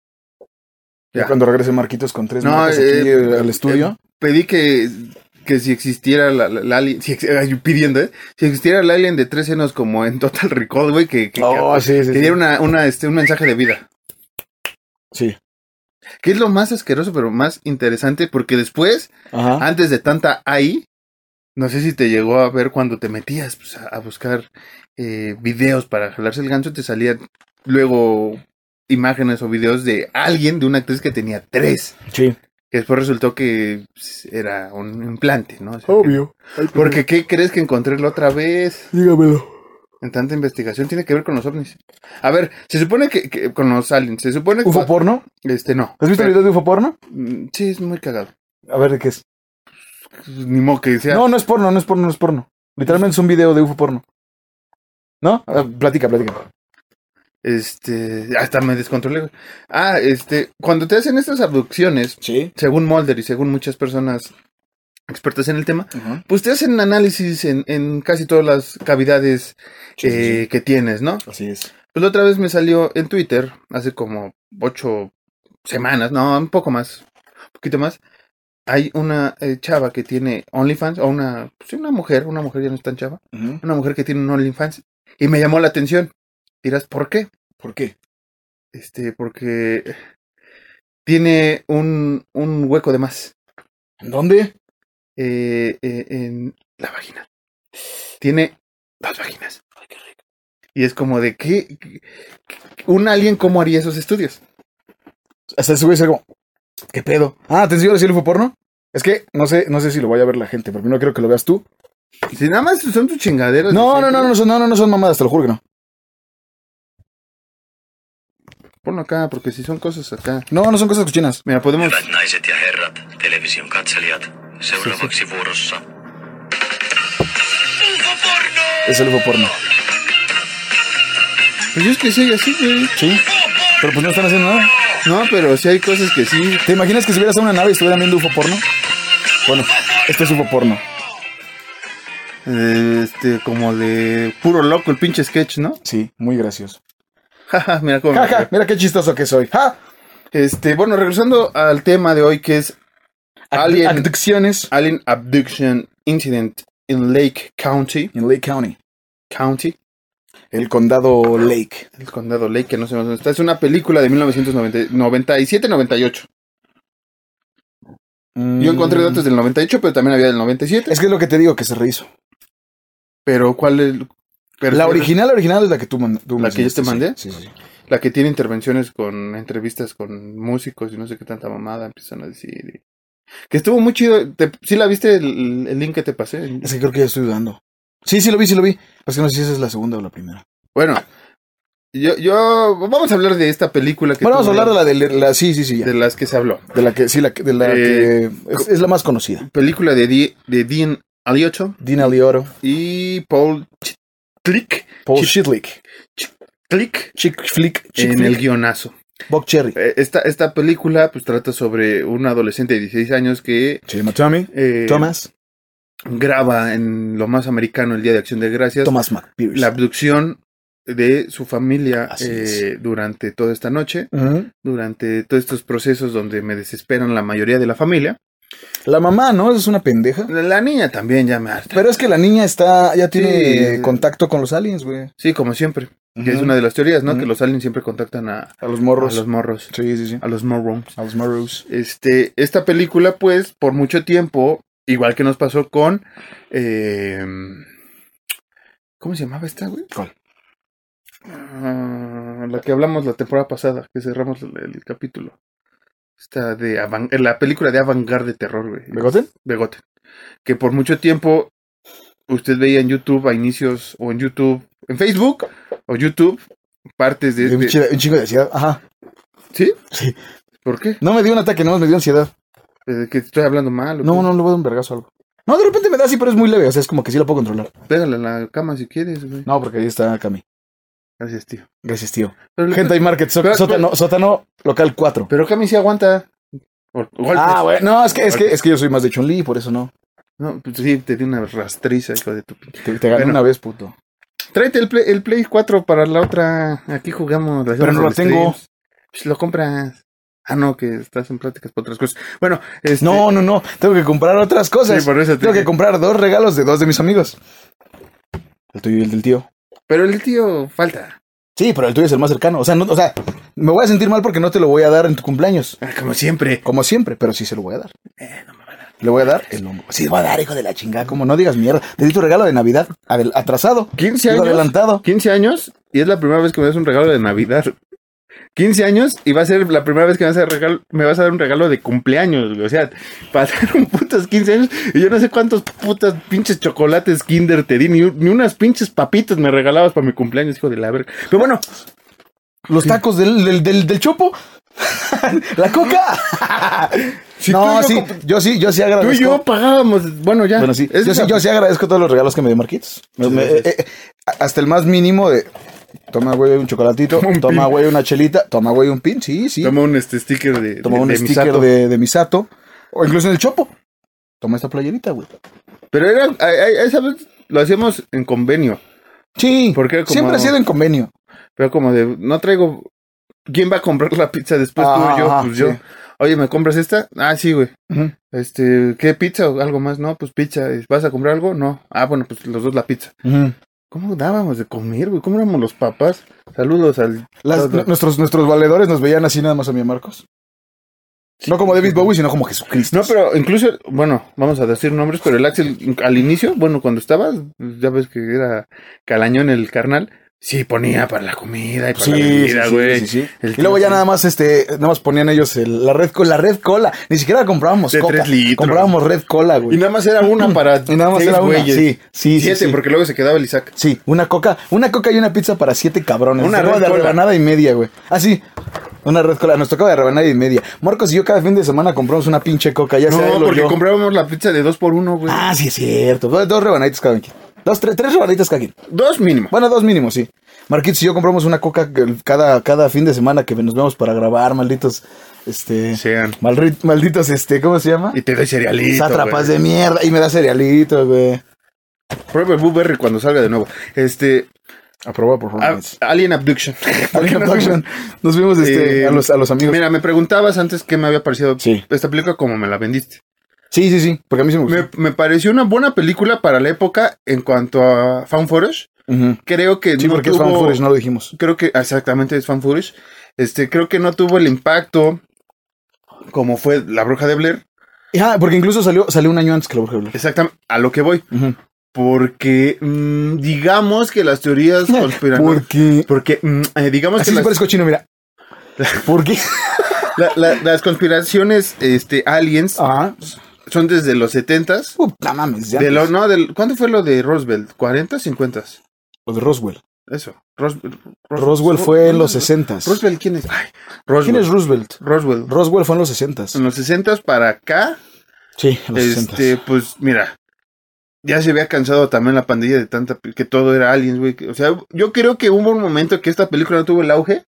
Ya Ya. cuando regrese Marquitos con tres No, marcas aquí eh, eh, al estudio. Pedí que, que si existiera la, la, la alien, si ex- ay, pidiendo, ¿eh? Si existiera el alien de tres senos como en Total Recall, güey, que, que, Oh, que, sí, sí, que sí. diera una, una, este, un mensaje de vida. Sí. Que es lo más asqueroso, pero más interesante, porque después, Ajá. antes de tanta A I, no sé si te llegó a ver cuando te metías pues, a, a buscar eh, videos para jalarse el ganso, te salían luego imágenes o videos de alguien, de una actriz que tenía tres, Sí. que después resultó que pues, era un implante, ¿no? O sea, Obvio. que- porque ¿qué crees que encontré la otra vez? Dígamelo. En tanta investigación tiene que ver con los ovnis. A ver, se supone que, que- con los aliens, se supone que... ¿U F O porno? Este, no. ¿Has visto el Pero- video de U F O porno? Mm, Sí, es muy cagado. A ver, ¿de qué es? Ni modo que sea... No, no es porno, no es porno, no es porno. Literalmente es un video de U F O porno. ¿No? Ah, platica, platica. Este, hasta me descontrolé. güey. Ah, este, cuando te hacen estas abducciones, Sí. según Mulder y según muchas personas expertas en el tema, pues te hacen análisis en, en casi todas las cavidades Sí, sí, eh, sí. que tienes, ¿no? Así es. Pues la otra vez me salió en Twitter, hace como ocho semanas, no, un poco más, un poquito más. Hay una eh, chava que tiene OnlyFans, o una, pues una mujer, una mujer ya no es tan chava, Ujú. una mujer que tiene un OnlyFans, y me llamó la atención. Dirás, ¿por qué? ¿Por qué? Este, porque tiene un, un hueco de más ¿En dónde? eh, eh, en la vagina. Tiene dos vaginas. Y es como de que un alien, ¿cómo haría esos estudios? Hasta ese güey se como, ¿qué pedo? Ah, ¿te enseño el U F O porno? Es que no sé, no sé si lo vaya a ver la gente, porque no quiero que lo veas tú. Si nada más son tus chingaderas. No, de no, no, siempre. no, son, no, no, no son mamadas, te lo juro que no. Ponlo acá, porque si son cosas acá. No, no son cosas cochinas. Mira, podemos. Hyvät naiset ja herrat, television katselijat. Seuraavaksi vuorossa. Es el U F O porno. Pues yo es que sí, así, güey. Sí. Pero pues no están haciendo nada. No, pero sí hay cosas que sí. ¿Te imaginas que si hubieras a una nave y estuvieran viendo U F O porno? Bueno, este es U F O porno. eh, Este, como de puro loco el pinche sketch, ¿no? Sí, muy gracioso. Jaja, mira cómo. me Jaja, río. mira qué chistoso que soy. ¡Ja! Este, bueno, regresando al tema de hoy, que es Alien, Abducciones Alien Abduction Incident in Lake County. en Lake County. County, El condado Lake. el condado Lake, que no sé dónde está. Es una película de mil novecientos noventa y siete noventa y ocho. Yo encontré datos del noventa y ocho, pero también había del noventa y siete. Es que es lo que te digo, que se rehizo. Pero, ¿cuál es? Pero La sí, original, la original es la que tú, man- tú ¿La que yo te enseñaste, sí. mandé? Sí, sí, sí. La que tiene intervenciones con entrevistas con músicos y no sé qué tanta mamada empiezan a decir. y- Que estuvo muy chido. ¿Te- ¿Sí la viste el, el link que te pasé? Es que creo que ya estoy dudando. Sí, sí lo vi, sí lo vi. Es que no sé si esa es la segunda o la primera. Bueno, yo, yo, vamos a hablar de esta película que Bueno, vamos a tuvo- hablar de la de la... Sí, sí, sí, ya. de las que se habló. De la que, sí, la, que- de la Eh, que es, es la más conocida. Película de, Di- de Dean Alioto Dina Lioro, y Paul Ch- Click, Paul Chip- Shitlick, Click Chick Flick, Chick en el Flick, guionazo. Bob Cherry. Eh, Esta, esta película pues trata sobre un adolescente de dieciséis años que Se llama Tommy. eh, Thomas. graba en lo más americano el Día de Acción de Gracias Thomas McPherson. la abducción de su familia Así eh, es. durante toda esta noche, Ujú. durante todos estos procesos donde me desesperan la mayoría de la familia. La mamá, ¿no? Es una pendeja. La niña también ya me harta. Pero es que la niña está, ya tiene Sí. contacto con los aliens, güey. Sí, como siempre. Que es Ujú. una de las teorías, ¿no? Ujú. Que los aliens siempre contactan a, A los morros. a los morros, Sí, sí, sí. a los morrons. A los morros. Este, esta película, pues, por mucho tiempo, igual que nos pasó con... eh, ¿cómo se llamaba esta, güey? ¿Cuál? Ah, la que hablamos la temporada pasada, que cerramos el, el capítulo. Esta de Avan- la película de Avant-Garde de terror, güey. ¿Begoten? Begoten. Que por mucho tiempo usted veía en YouTube a inicios, o en YouTube, en Facebook, o YouTube, partes de... De un, de- chi- un chingo de ansiedad. Ajá. ¿Sí? Sí. ¿Por qué? No me dio un ataque, no me dio ansiedad. ¿De que estoy hablando mal? ¿o No, qué? no, le voy a dar un vergazo o algo. No, de repente me da así, pero es muy leve. O sea, es como que sí lo puedo controlar. Pégale en la cama si quieres, güey. No, porque ahí está Cami. Gracias, tío. Gracias, tío. Pero, Gente y Market, so- Pero- sótano, sótano local cuatro. pero Cami sí aguanta. O- golpes. Ah, bueno, no, es que, es que, es que yo soy más de Chun-Li, por eso no. No, pues sí, te di una rastriza, hijo de tu... Te, te gané Bueno. una vez, puto. Tráete el Play, el Play cuatro para la otra. Aquí jugamos. le Pero hacemos no lo el tengo. stream. Pues lo compras. Ah, no, que estás en pláticas por otras cosas. Bueno, este... No, no, no. Tengo que comprar otras cosas. Sí, por eso te Tengo que dije. comprar dos regalos de dos de mis amigos. El tuyo y el del tío. Pero el tío falta. Sí, pero el tuyo es el más cercano. O sea, no, o sea, me voy a sentir mal porque no te lo voy a dar en tu cumpleaños. Ah, como siempre. Como siempre, pero sí se lo voy a dar. Eh, no me va a dar. Le voy a dar el lomo. Sí, le voy a dar, hijo de la chingada. Como no digas mierda. Te di tu regalo de Navidad adel- atrasado. quince Digo, años. adelantado. quince años y es la primera vez que me das un regalo de Navidad. quince años y va a ser la primera vez que me vas a, regal- me vas a dar un regalo de cumpleaños, güey. O sea, pasaron putos quince años y yo no sé cuántos putas pinches chocolates Kinder te di, ni, un- ni unas pinches papitas me regalabas para mi cumpleaños, hijo de la verga. Pero bueno, Los tacos del, del, del, del chopo. La coca. Si no, tú y yo sí, comp- yo sí, yo sí tú agradezco. y yo pagábamos, bueno, ya. Bueno, sí. Es Yo sí, la- yo sí agradezco todos los regalos que me dio Marquitos. Me- Sí, me- sí, eh, eh, hasta el más mínimo de... Toma, güey, un chocolatito. Un Toma, pin. güey, una chelita. Toma, güey, un pin. Sí, sí. Toma un este sticker de, Toma de- un de sticker Misato. de, de Misato. O incluso en el chopo. Toma esta playerita, güey. Pero era, a- a- esa vez lo hacíamos en convenio. Sí, Porque era como- siempre ha sido en convenio. Pero como de, no traigo. ¿Quién va a comprar la pizza después tú Ajá, y yo? ajá, Pues sí. yo. Oye, ¿me compras esta? Ah, sí, güey. Ujú. Este, ¿qué pizza o algo más? No, pues pizza. ¿Vas a comprar algo? No. Ah, bueno, pues los dos la pizza. Ujú. ¿Cómo dábamos de comer, güey? ¿Cómo éramos los papás? Saludos al... Las- todo. nuestros, nuestros valedores nos veían así nada más a mí y a Marcos. No como David Bowie, sino como Jesucristo. No, pero incluso, bueno, vamos a decir nombres, pero el Axel al inicio, bueno, cuando estaba, pues, ya ves que era calañón el carnal, sí ponía para la comida y para Sí, la sí, bebida, sí, güey. sí, sí. El Y luego tío, ya sí. nada más, este, nada más ponían ellos el- la red cola, la red cola. Ni siquiera comprábamos De coca. tres litros. Comprábamos red cola, güey. Y nada más era una para Y nada más seis era una. güeyes. Sí, sí, sí. Siete, sí. porque luego se quedaba el Isaac. Sí, una coca, una coca y una pizza para siete cabrones. Una Nos tocaba red de cola. rebanada y media, güey. Ah, sí. Una red cola. Nos tocaba de rebanada y media. Marcos y yo cada fin de semana compramos una pinche coca. Ya sea él No, o porque yo. comprábamos la pizza de dos por uno, güey. Ah, sí, es cierto. Dos, dos rebanaditas cada quien. Dos, tres, tres rebanaditas cada quien. Dos mínimo. Bueno, dos mínimos, sí. Marquitos y yo compramos una coca que- cada, cada fin de semana que nos vemos para grabar, malditos, este... Sean. malri- malditos, este, ¿cómo se llama? Y te doy cerealito, Sátrapas güey. de mierda. Y me da cerealito, güey. Prueba el Blueberry cuando salga de nuevo. Este... Aproba, por favor. a- Alien Abduction. Alien Abduction. Nos vimos este, Eh, a, los, a los amigos. Mira, me preguntabas antes qué me había parecido Sí. esta película como me la vendiste. Sí, sí, sí. Porque a mí sí me gustó. Me, me pareció una buena película para la época en cuanto a fan footage. Ujú. Creo que Sí, no porque tuvo... es fan footage, no lo dijimos. Creo que exactamente es fan footage. Este, creo que no tuvo el impacto como fue La Bruja de Blair. Ah, porque incluso salió, salió un año antes que la Bruja de Blair. Exactamente, a lo que voy. Ujú. Porque mm, digamos que las teorías conspiratorias... ¿Por qué? Porque mm, eh, digamos Así que se las, parezco chino, mira. ¿Por qué? la- la- las conspiraciones este, aliens Ajá. son desde los setentas. Puta mames, ya. De lo, no, del, ¿cuándo fue lo de Roosevelt? ¿cuarenta, cincuenta? Lo de Roswell. Eso. Ros- Ros- Roswell Ros- fue en Ros- los sesentas. Roosevelt, ¿quién es? Ay, Roswell. ¿Quién es Roosevelt? Roswell. Roswell fue en los sesentas. En los sesentas para acá, Sí, en los sesentas. este, pues mira, ya se había cansado también la pandilla de tanta, pe- que todo era aliens, güey. que- O sea, yo creo que hubo un momento que esta película no tuvo el auge,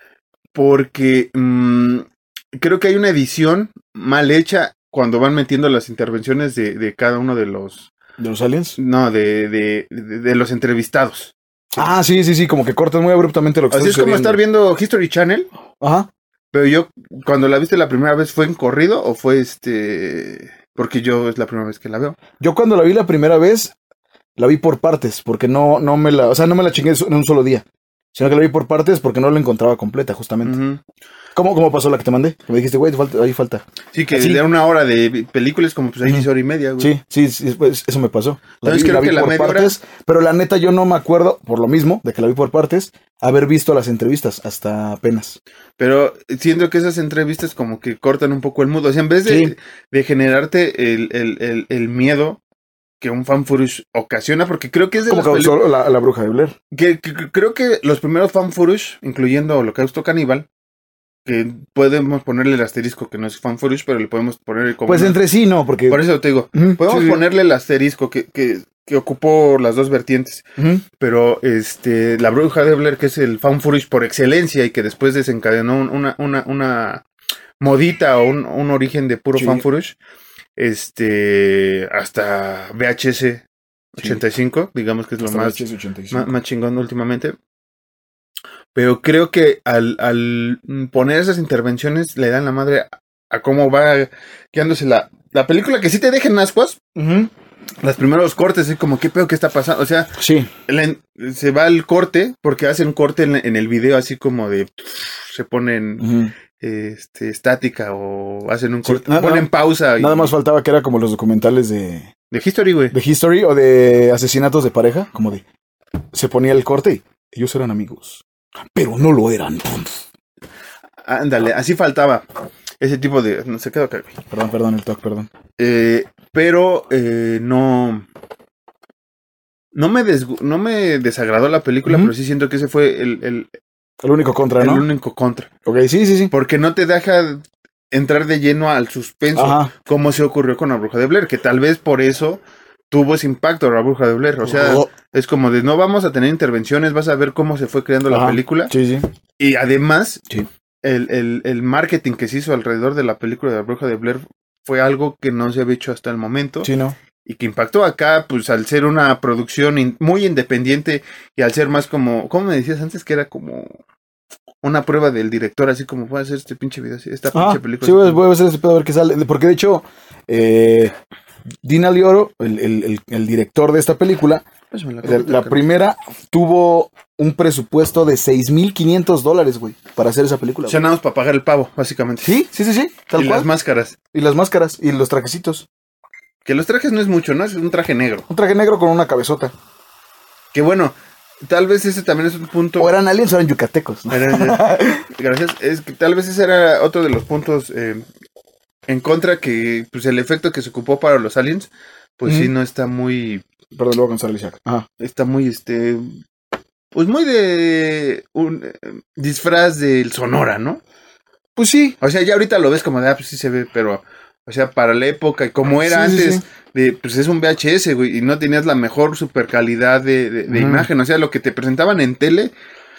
porque mm, creo que hay una edición mal hecha cuando van metiendo las intervenciones de, de cada uno de los, ¿De los aliens? no, de, de, de, de los entrevistados. Ah, sí, sí, sí, como que cortan muy abruptamente lo que Así está es como sucediendo. estar viendo History Channel, Ajá. pero yo, cuando la viste la primera vez, ¿fue en corrido o fue este...? Porque yo es la primera vez que la veo. Yo cuando la vi la primera vez, la vi por partes, porque no, no me la, o sea, no me la chingué en un solo día, sino que la vi por partes porque no la encontraba completa, justamente. Ujú. ¿Cómo, cómo pasó la que te mandé? Que me dijiste, güey, te falta, ahí falta. Sí, que Sí. de una hora de películas, como pues ahí Ujú. dice hora y media, güey. Sí, sí, sí, pues, eso me pasó. La Entonces vi, creo la vi que la por media hora- partes, pero la neta yo no me acuerdo, por lo mismo, de que la vi por partes, haber visto las entrevistas hasta apenas. Pero siento que esas entrevistas como que cortan un poco el mood. O sea, en vez de, Sí. de generarte el, el, el, el miedo que un fanfurush ocasiona, porque creo que es de Como las peli- causó la, la bruja de Blair. que, que- que creo que los primeros fanfurush, incluyendo Holocausto Caníbal, que podemos ponerle el asterisco que no es fanfurush, pero le podemos poner como... Pues una- entre sí, no, porque... Por eso te digo, Ujú, podemos sí, sí. ponerle el asterisco que, que, que ocupó las dos vertientes. Ujú. Pero este la bruja de Blair, que es el fanfurush por excelencia y que después desencadenó un- una, una, una modita o un, un origen de puro Sí. fanfurush, este hasta V H S ochenta y cinco, digamos que es lo Hasta más, V H S ochenta y cinco. más, más chingón últimamente. Pero creo que al, al poner esas intervenciones le dan la madre a, a cómo va quedándose la, la película, que sí te dejen ascuas. Ujú. Los primeros cortes, es como, ¿qué pedo que está pasando? O sea, Sí. la- se va el corte, porque hacen corte en, en el video así como de... Se ponen Ujú. este, estática o hacen un Sí, corte, nada- ponen pausa. y- Nada más faltaba que era como los documentales de, De History, güey. de History o de asesinatos de pareja, como de... Se ponía el corte y ellos eran amigos, pero no lo eran. Ándale, así faltaba ese tipo de... No se quedó acá, güey. Perdón, perdón, el talk, perdón. Eh, pero eh, no... No me, desgu- no me desagradó la película, Ujú. pero sí siento que ese fue el, el, El único contra, el ¿no? único contra. Ok, sí, sí, sí. Porque no te deja entrar de lleno al suspenso, Ajá. como se ocurrió con la Bruja de Blair, que tal vez por eso tuvo ese impacto la Bruja de Blair. O sea, Oh, es como de no vamos a tener intervenciones, vas a ver cómo se fue creando la ajá. película. Sí, sí. Y además, Sí. el, el, el marketing que se hizo alrededor de la película de la Bruja de Blair fue algo que no se había hecho hasta el momento. Sí, ¿no? Y que impactó acá, pues al ser una producción in- muy independiente y al ser más como, ¿cómo me decías antes? Que era como una prueba del director, así como voy a hacer este pinche video, así, esta Ah, pinche película. sí, así voy, como- voy a hacer ese pedo a ver qué sale. Porque de hecho, eh, Dina Lioro, el, el, el, el director de esta película, Pásame la la, copita, la carnal. primera tuvo un presupuesto de seis mil quinientos dólares, güey, para hacer esa película. O sea, güey. nada más para pagar el pavo, básicamente. Sí, sí, sí, sí, tal y cual. las máscaras. Y las máscaras y los trajecitos. Que los trajes no es mucho, ¿no? Es un traje negro. Un traje negro con una cabezota. Que bueno, tal vez ese también es un punto... O eran aliens o eran yucatecos, ¿no? Era- Gracias. Es que tal vez ese era otro de los puntos eh, en contra, que pues el efecto que se ocupó para los aliens, pues sí Ujú. no está muy, Perdón, luego con Charlie Shack. Ajá. está muy este, pues muy de un eh, disfraz del Sonora, ¿no? Pues sí. O sea, ya ahorita lo ves como de, ah, pues sí se ve, pero, o sea, para la época y como era Sí, sí, antes, sí. de, pues es un V H S, güey, y no tenías la mejor super calidad de, de, de Ujú. imagen, o sea, lo que te presentaban en tele,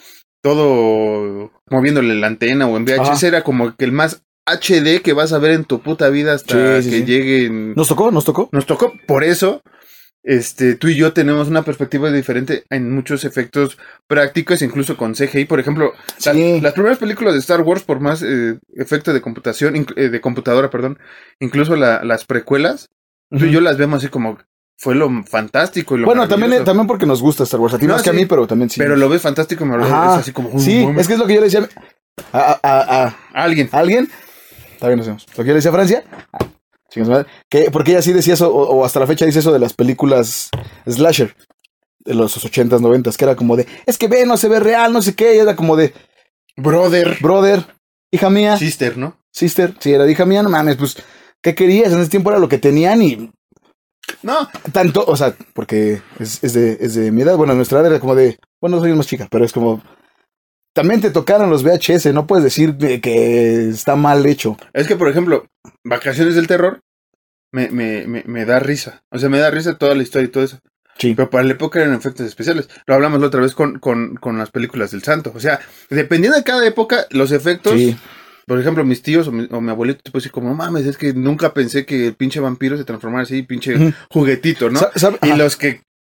todo moviéndole la antena o en V H S Ajá. era como que el más H D que vas a ver en tu puta vida hasta Sí, sí, que sí. lleguen. ¿Nos tocó? ¿Nos tocó? Nos tocó, por eso, este, tú y yo tenemos una perspectiva diferente en muchos efectos prácticos, incluso con C G I. Por ejemplo, las, Sí. las primeras películas de Star Wars, por más eh, efecto de computación, inc- eh, de computadora, perdón, incluso la- las precuelas, tú y yo las vemos así como fue lo fantástico y lo Bueno, también, maravilloso. también porque nos gusta Star Wars. A ti No, más que a sí. mí, pero también sí. Pero lo ves fantástico y maravilloso, Ajá. es así como... uy, Sí, mames. es que es lo que yo le decía a, a, a, a Alguien. alguien. Está bien, nos vemos. Lo que yo le decía a Francia. ah, chinga su madre, que, porque ella sí decía eso, o, o hasta la fecha dice eso de las películas slasher de los ochentas, noventas, que era como de, es que ve, no se ve real, no sé qué. Y era como de, Brother. brother, hija mía, Sister, ¿no? sister, si era de hija mía, no mames, pues, ¿qué querías? En ese tiempo era lo que tenían y No, tanto, o sea, porque es, es, de, es de mi edad, bueno, nuestra edad era como de, bueno, soy más chica, pero es como, también te tocaron los V H S, no puedes decir de que está mal hecho. es que, por ejemplo, Vacaciones del Terror me, me, me, me da risa. O sea, me da risa toda la historia y todo eso. Sí. Pero para la época eran efectos especiales. Lo hablamos la otra vez con, con, con las películas del Santo. O sea, dependiendo de cada época, los efectos... Sí. Por ejemplo, mis tíos o mi, o mi abuelito te puede decir como, no mames, es que nunca pensé que el pinche vampiro se transformara así, pinche Ujú. juguetito, ¿no? Sa- sabe- Y ajá. los que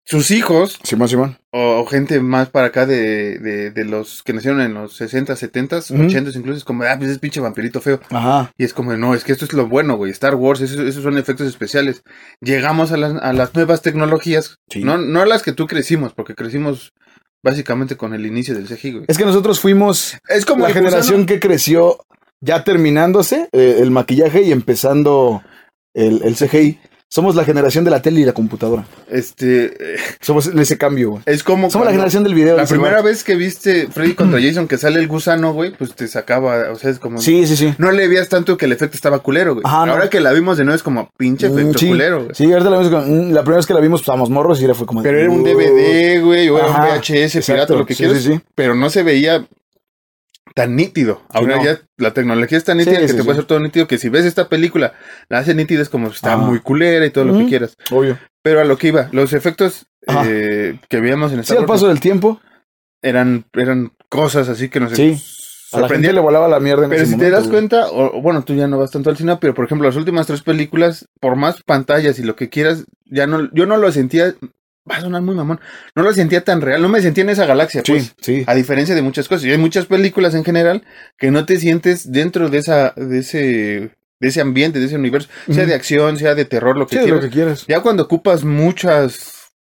sus hijos, Simón, Simón. o, o gente más para acá de, de, de los que nacieron en los sesenta, setenta, Ujú. ochenta incluso, es como, ah, pues es pinche vampirito feo. Ajá. Y es como, no, es que esto es lo bueno, güey. Star Wars, esos, esos son efectos especiales. Llegamos a, las a las nuevas tecnologías, Sí. no, no a las que tú crecimos, porque crecimos básicamente con el inicio del C G I, güey. Es que nosotros fuimos Es como la el gusano. generación que creció ya terminándose eh, el maquillaje y empezando el, el C G I. Somos la generación de la tele y la computadora. Este, eh, Somos ese cambio, güey. es como Somos la cuando- generación del video. La dice, primera güey. vez que viste Freddy contra Jason que sale el gusano, güey, pues te sacaba, o sea, es como... Sí, sí, sí. No le veías tanto que el efecto estaba culero, güey. Ajá, no. Ahora que la vimos de nuevo es como pinche Mm, efecto sí, culero, güey. sí, ahorita la, vimos con- mm, la primera vez que la vimos, pues, estábamos morros y era fue como... Pero era un uh, D V D, güey, o era un Ajá, V H S, pirata, exacto, lo que sí, quieras. sí, sí. Pero no se veía tan nítido. Ahora no. ya la tecnología es tan nítida Sí, que sí, te sí. puede hacer todo nítido que si ves esta película, la hace nítida es como está Ajá. muy culera y todo lo Ujú. que quieras. Obvio. Pero a lo que iba, los efectos Ajá. eh, que veíamos en Sí, Star al Wars paso del tiempo, eran, eran cosas así que nos Sí. a la gente sorprendían. le volaba la mierda en Pero ese si te momento, das güey. cuenta, o o bueno, tú ya no vas tanto al cine, pero por ejemplo, las últimas tres películas, por más pantallas y lo que quieras, ya no, yo no lo sentía, va a sonar muy mamón, no lo sentía tan real, no me sentía en esa galaxia, Sí, pues, sí. a diferencia de muchas cosas. Y hay muchas películas en general que no te sientes dentro de esa, de ese, de ese ambiente, de ese universo, sea Ujú. de acción, sea de terror, lo que Sí, quieras. lo que quieras. Ya cuando ocupas muchos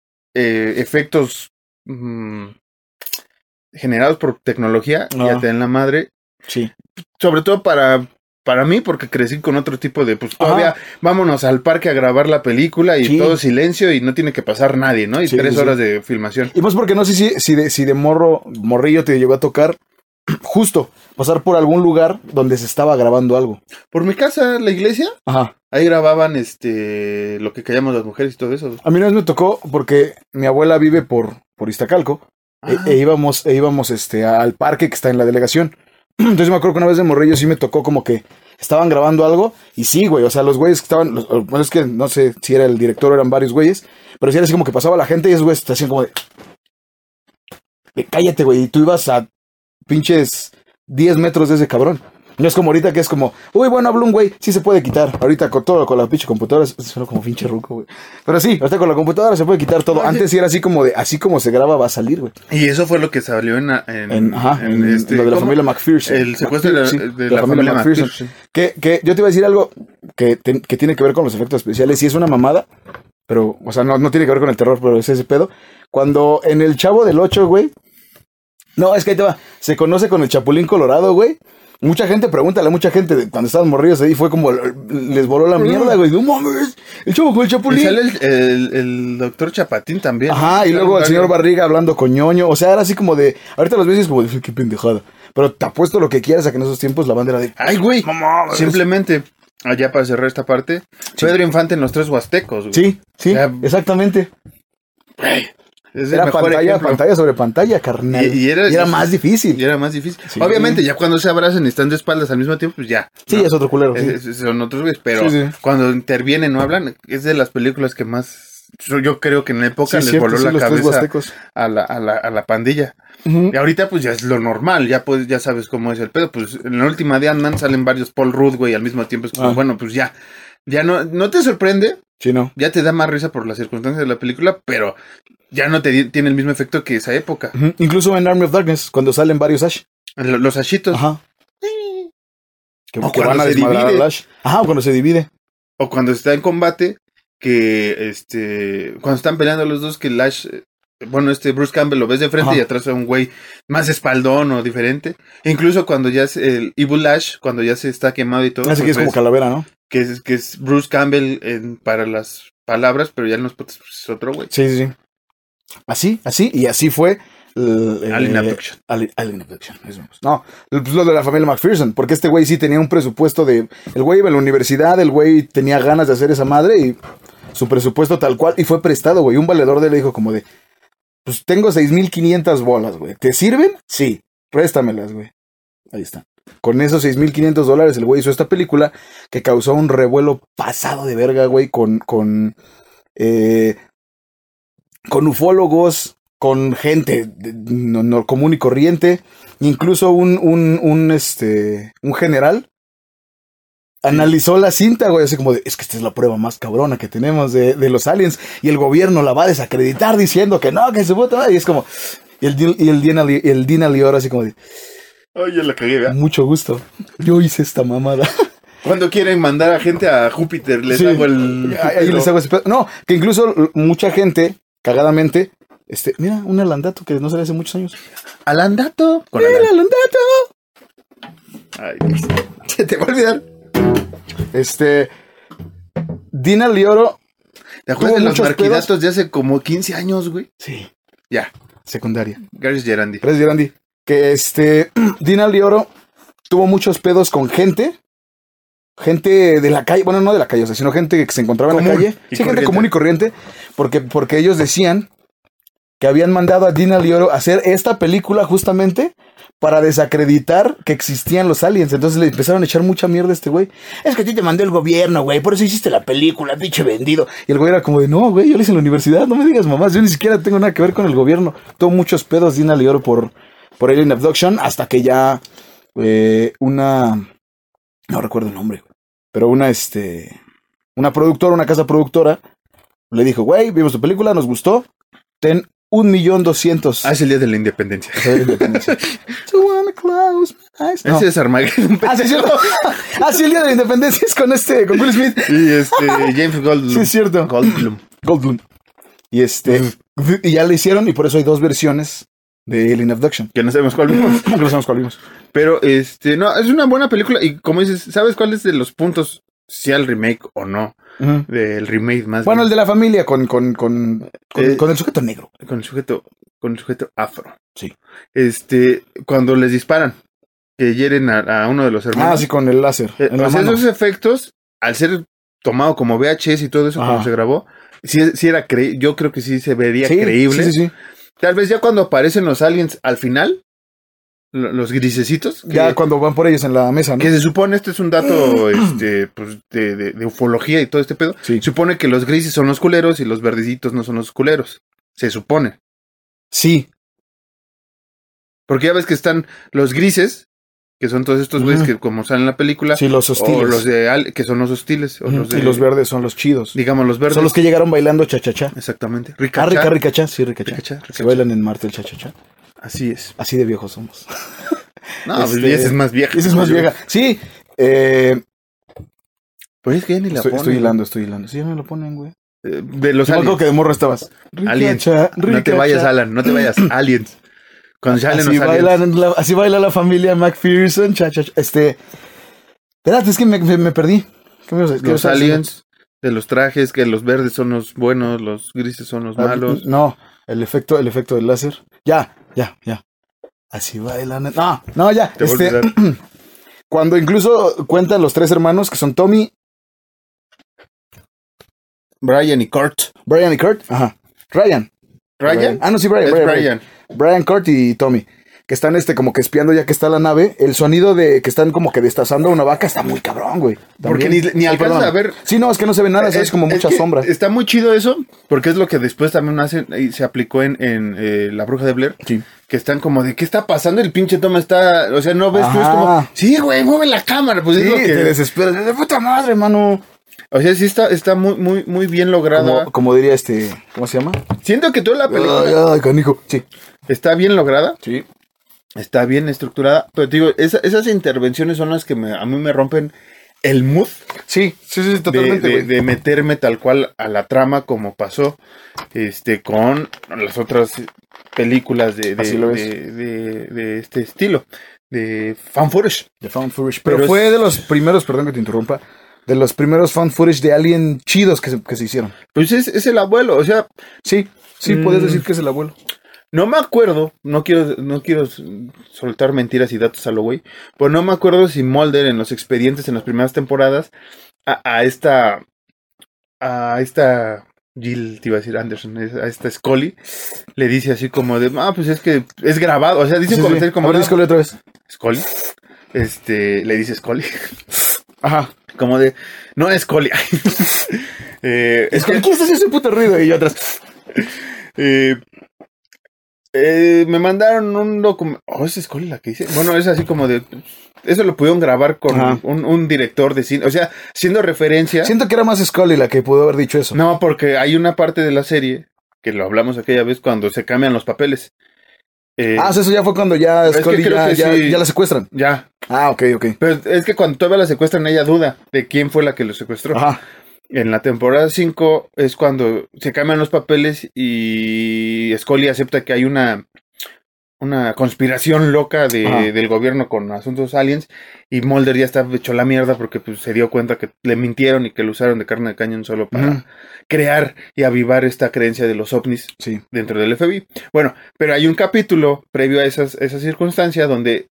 efectos mm, generados por tecnología, Ah. ya te dan la madre. Sí. Sobre todo para, para mí, porque crecí con otro tipo de, pues todavía Ajá. vámonos al parque a grabar la película y Sí. todo silencio y no tiene que pasar nadie, ¿no? Y Sí, tres sí, sí. horas de filmación. Y más porque no sé si, si, de, si de morro, morrillo te llegó a tocar justo pasar por algún lugar donde se estaba grabando algo. Por mi casa, la iglesia, Ajá. ahí grababan este lo que callamos las mujeres y todo eso. A mí una vez me tocó porque mi abuela vive por, por Iztacalco e, Ah. e íbamos, e íbamos este, al parque que está en la delegación. Entonces me acuerdo que una vez de morrillo sí me tocó como que estaban grabando algo y sí, güey, o sea, los güeyes que estaban, los- bueno, es que no sé si era el director o eran varios güeyes, pero sí era así como que pasaba la gente y esos güeyes te hacían como de... de, cállate, güey, y tú ibas a pinches diez metros de ese cabrón. No es como ahorita que es como, uy, bueno, habla un güey, sí se puede quitar. Ahorita con todo, con la pinche computadora, suena como pinche ruco, güey. Pero sí, ahorita con la computadora se puede quitar todo. Oye. Antes sí era así como de, así como se graba va a salir, güey. Y eso fue lo que salió en, en, En, ajá, en, este, lo de la ¿cómo? familia McPherson. El secuestro de la, McPherson, de sí, la familia McPherson. Que, que yo te iba a decir algo que, te- que tiene que ver con los efectos especiales. Y es una mamada, pero, o sea, no, no tiene que ver con el terror, pero es ese pedo. Cuando en el Chavo del ocho, güey. No, es que ahí te va. Se conoce con el Chapulín Colorado, güey. Mucha gente, pregúntale a mucha gente de cuando estaban morridos ahí, fue como les voló la mierda, güey. No mames, el chavo con el Y Chapulín. sale el, el, el doctor Chapatín también. Ajá, y luego el señor Barriga hablando con ñoño. O sea, era así como de. Ahorita los ves y es como de qué pendejada. Pero te apuesto lo que quieras a que en esos tiempos la banda era de. Ay, güey. Mamá, Simplemente, allá para cerrar esta parte, Pedro Infante en los tres huastecos, güey. Sí, sí, Ya- exactamente. Es el Era mejor pantalla, ejemplo. pantalla sobre pantalla, carnal. Y- y era- más difícil. Y era más difícil. Sí. Obviamente, ya cuando se abrazan y están de espaldas al mismo tiempo, pues ya. Sí, ¿no? es otro culero. sí. Es- es- son otros güeyes, pero Sí, sí. cuando intervienen o hablan, es de las películas que más, yo yo creo que en la época Sí, les cierto, voló sí, la los tres cabeza huastecos. a la, a, la, a la pandilla. Ujú. Y ahorita pues ya es lo normal, ya pues ya sabes cómo es el pedo. Pues en la última de Ant-Man salen varios Paul Rudd, güey, al mismo tiempo. Es como, Ah. bueno, pues ya, ya no, no te sorprende, Sí, no. ya te da más risa por las circunstancias de la película, pero ya no te di- tiene el mismo efecto que esa época. Ujú. Incluso en Army of Darkness, cuando salen varios Ash. Lo- Los ashitos. Ajá. Que, O que cuando van a se desmadrar divide. al Ash. Ajá, o cuando se divide. O cuando está en combate, que este, cuando están peleando los dos, que Lash, eh, bueno, este Bruce Campbell lo ves de frente Ajá. y atrás a un güey más espaldón o diferente. E incluso cuando ya es el Evil Lash, cuando ya se está quemado y todo, Así que pues es como ves calavera, ¿no? que es, que es Bruce Campbell en- para las palabras, pero ya en los putos pues, es otro güey. Sí, sí, sí. Así, así, y así fue. eh, Alien Abduction. Ali- Alien Abduction, eso es. No, pues lo de la familia McPherson, porque este güey sí tenía un presupuesto de. El güey iba a la universidad, el güey tenía ganas de hacer esa madre y su presupuesto tal cual, y fue prestado, güey. Un valedor de él le dijo como de: Pues tengo seis mil quinientas bolas, güey. ¿Te sirven? Sí, préstamelas, güey. Ahí está. Con esos seis mil quinientos dólares, el güey hizo esta película que causó un revuelo pasado de verga, güey, con. con eh, con ufólogos, con gente de- no, no, común y corriente, incluso un, un, un, este, un general analizó la cinta, güey, así como de, es que esta es la prueba más cabrona que tenemos de, de los aliens, y el gobierno la va a desacreditar diciendo que no, que se puta madre, y es como, y el, Dean- y el, Dean Ali- el Dean Alioro así como de, Oye, la cagué, ¿verdad? mucho gusto, yo hice esta mamada. Cuando quieren mandar a gente a Júpiter, les Sí. hago el... Ahí ahí les hago ese pedo. No, que incluso mucha gente, cagadamente, este, mira, un Alandato que no sale hace muchos años. Alandato. Con ¡Mira, Alan. Alandato! Ay, Dios. Se te va a olvidar. Este, Dean Alioro, ¿Te acuerdas Tuvo de los muchos marquidatos de hace como quince años, güey? sí, Ya. secundaria. Garis Gerandi. Gracias, Gerandi. Que este, Dean Alioro tuvo muchos pedos con gente. Gente de la calle, bueno, no de la calle, o sea, sino gente que se encontraba en la Común calle. y Sí, gente corriente. común y corriente. Porque, porque ellos decían que habían mandado a Dean Alioro a hacer esta película justamente para desacreditar que existían los aliens. Entonces le empezaron a echar mucha mierda a este güey. Es que a ti te mandó el gobierno, güey, por eso hiciste la película, pinche vendido. Y el güey era como de, no, güey, yo lo hice en la universidad, no me digas mamás, yo ni siquiera tengo nada que ver con el gobierno. Tuvo muchos pedos Dean Alioro por, por Alien Abduction, hasta que ya eh, una... No recuerdo el nombre, güey, pero una, este... Una productora, una casa productora, le dijo, güey, vimos tu película, nos gustó, ten un millón doscientos. Ah, es el día de la independencia. To wanna close my eyes. No. Ese es Armageddon. Ah, sí, es cierto. Ah, sí, el día de la independencia es con este, con Will Smith. Y este, James Goldblum. Sí, es cierto. Goldblum. Goldblum. Y este, y ya le hicieron, y por eso hay dos versiones de Alien Abduction. Que no sabemos cuál vimos. ¿Cómo que no sabemos cuál vimos? Pero, este, no, es una buena película. Y como dices, ¿sabes cuál es de los puntos, sea el remake o no? Ujú. Del remake más Bueno, el bien. de la familia con, con, con, con, Eh, con el sujeto negro. Con el sujeto, con el sujeto afro. Sí. Este, cuando les disparan, que hieren a, a uno de los hermanos. Ah, sí, con el láser. Eh, en la o sea, mano. esos efectos, al ser tomado como V H S y todo eso, Ajá. como se grabó, sí, sí era cre yo creo que sí se vería Sí, creíble. Sí, sí, sí. Tal vez ya cuando aparecen los aliens al final, lo- los grisecitos, que, Ya cuando van por ellos en la mesa, ¿no? que se supone, este es un dato este, pues, de, de, de ufología y todo este pedo, Sí. supone que los grises son los culeros y los verdecitos no son los culeros. Se supone. Sí. Porque ya ves que están los grises, que son todos estos güeyes Ujú. que como salen en la película, Sí, los hostiles. o los de al- que son los hostiles, o Ujú. los de, Y los verdes son los chidos. digamos los verdes. Son los que llegaron bailando cha-cha-cha. Exactamente. Ah, Ricacha. rica, ricacha. Sí, ricacha. Ricacha, Se ricacha. bailan en Marte el cha-cha-cha. Así es. Así de viejos somos. No, pues, Este, y esa es más vieja. Esa es más vieja. Sí. Eh, Pues es que ya ni la estoy, ponen. estoy hilando, estoy hilando. Sí, ya me lo ponen, güey. Eh, de los Yo me acuerdo aliens. que de morro estabas. Aliens. Ricacha, No te ricacha. vayas, Alan. No te vayas. Aliens. Cuando salen Así los aliens. bailan la, así baila la familia McPherson, cha, cha, cha. Este. Espérate, es que me, me, me perdí. ¿Qué me ibas a- qué Los ibas a decir? aliens. De los trajes. Que los verdes son los buenos. Los grises son los Ah, malos. No, el efecto, el efecto del láser. Ya, ya, ya. Así bailan. No, no, ya. Te voy a Este, olvidar. cuando incluso cuentan los tres hermanos que son Tommy, Brian y Kurt. Brian y Kurt. Ajá. Ryan. ¿Ryan? Ah, no, sí, Brian. Es Brian, Brian. Brian, Kurt y Tommy. Que están este como que espiando ya que está la nave. El sonido de que están como que destazando una vaca está muy cabrón, güey. Porque También. ni, ni Sí, alcanzas perdón. a ver. Sí, no, es que no se ve nada, es, como mucha que sombra. Está muy chido eso, porque es lo que después también hacen y se aplicó en, en eh, La Bruja de Blair. Sí. Que están como de, ¿qué está pasando? El pinche toma está, o sea, no ves tú, es Ajá. como, sí, güey, mueve la cámara, pues Sí, es lo que, te desesperas. De puta madre, mano. o sea, sí está, está muy, muy, muy bien lograda. Como, como diría este, ¿cómo se llama? Siento que toda la película Ay, ay, canijo. Sí. está bien lograda, Sí. está bien estructurada, pero te digo, esa- esas intervenciones son las que me, a mí me rompen el mood Sí, sí, sí, de, totalmente, de- güey. de meterme tal cual a la trama como pasó este con las otras películas de, de, Así lo es. de, de- de este estilo, de fan footage. De found footage. Pero, Pero fue es- de los primeros, perdón que te interrumpa, de los primeros found footage de Alien chidos que se, que se hicieron. Pues es, es el abuelo, o sea, Sí, sí, Mm. puedes decir que es el abuelo. no me acuerdo, no quiero, no quiero s- soltar mentiras y datos a lo güey, pero no me acuerdo si Mulder en los expedientes en las primeras temporadas a, a esta, a esta Jill, te iba a decir Anderson, a esta Scully, le dice así como de, ah, pues es que es grabado, o sea, dice Sí, un sí. comentario como, A ver, "Ah, díscole otra vez. Scully, este, le dice Scully, Ajá. como de, no es Scully, eh, es que, ¿Quién está haciendo ese puto ruido? Y yo atrás. eh, Eh, me mandaron un documento. Oh, esa es Scully la que dice. Bueno, es así como de. Eso lo pudieron grabar con un, un director de cine. O sea, siendo referencia. Siento que era más Scully la que pudo haber dicho eso. No, porque hay una parte de la serie que lo hablamos aquella vez cuando se cambian los papeles. Eh, ah, o sea, eso ya fue cuando ya Scully ya, ya, sí, ya la secuestran. Ya. Ah, ok, ok. Pero es que cuando todavía la secuestran, ella duda de quién fue la que lo secuestró. Ajá. En la temporada cinco es cuando se cambian los papeles y Scully acepta que hay una, una conspiración loca de, del gobierno con asuntos aliens y Mulder ya está hecho la mierda porque pues, se dio cuenta que le mintieron y que lo usaron de carne de cañón solo para uh-huh. crear y avivar esta creencia de los ovnis sí. dentro del F B I. Bueno, pero hay un capítulo previo a esas, esa circunstancia donde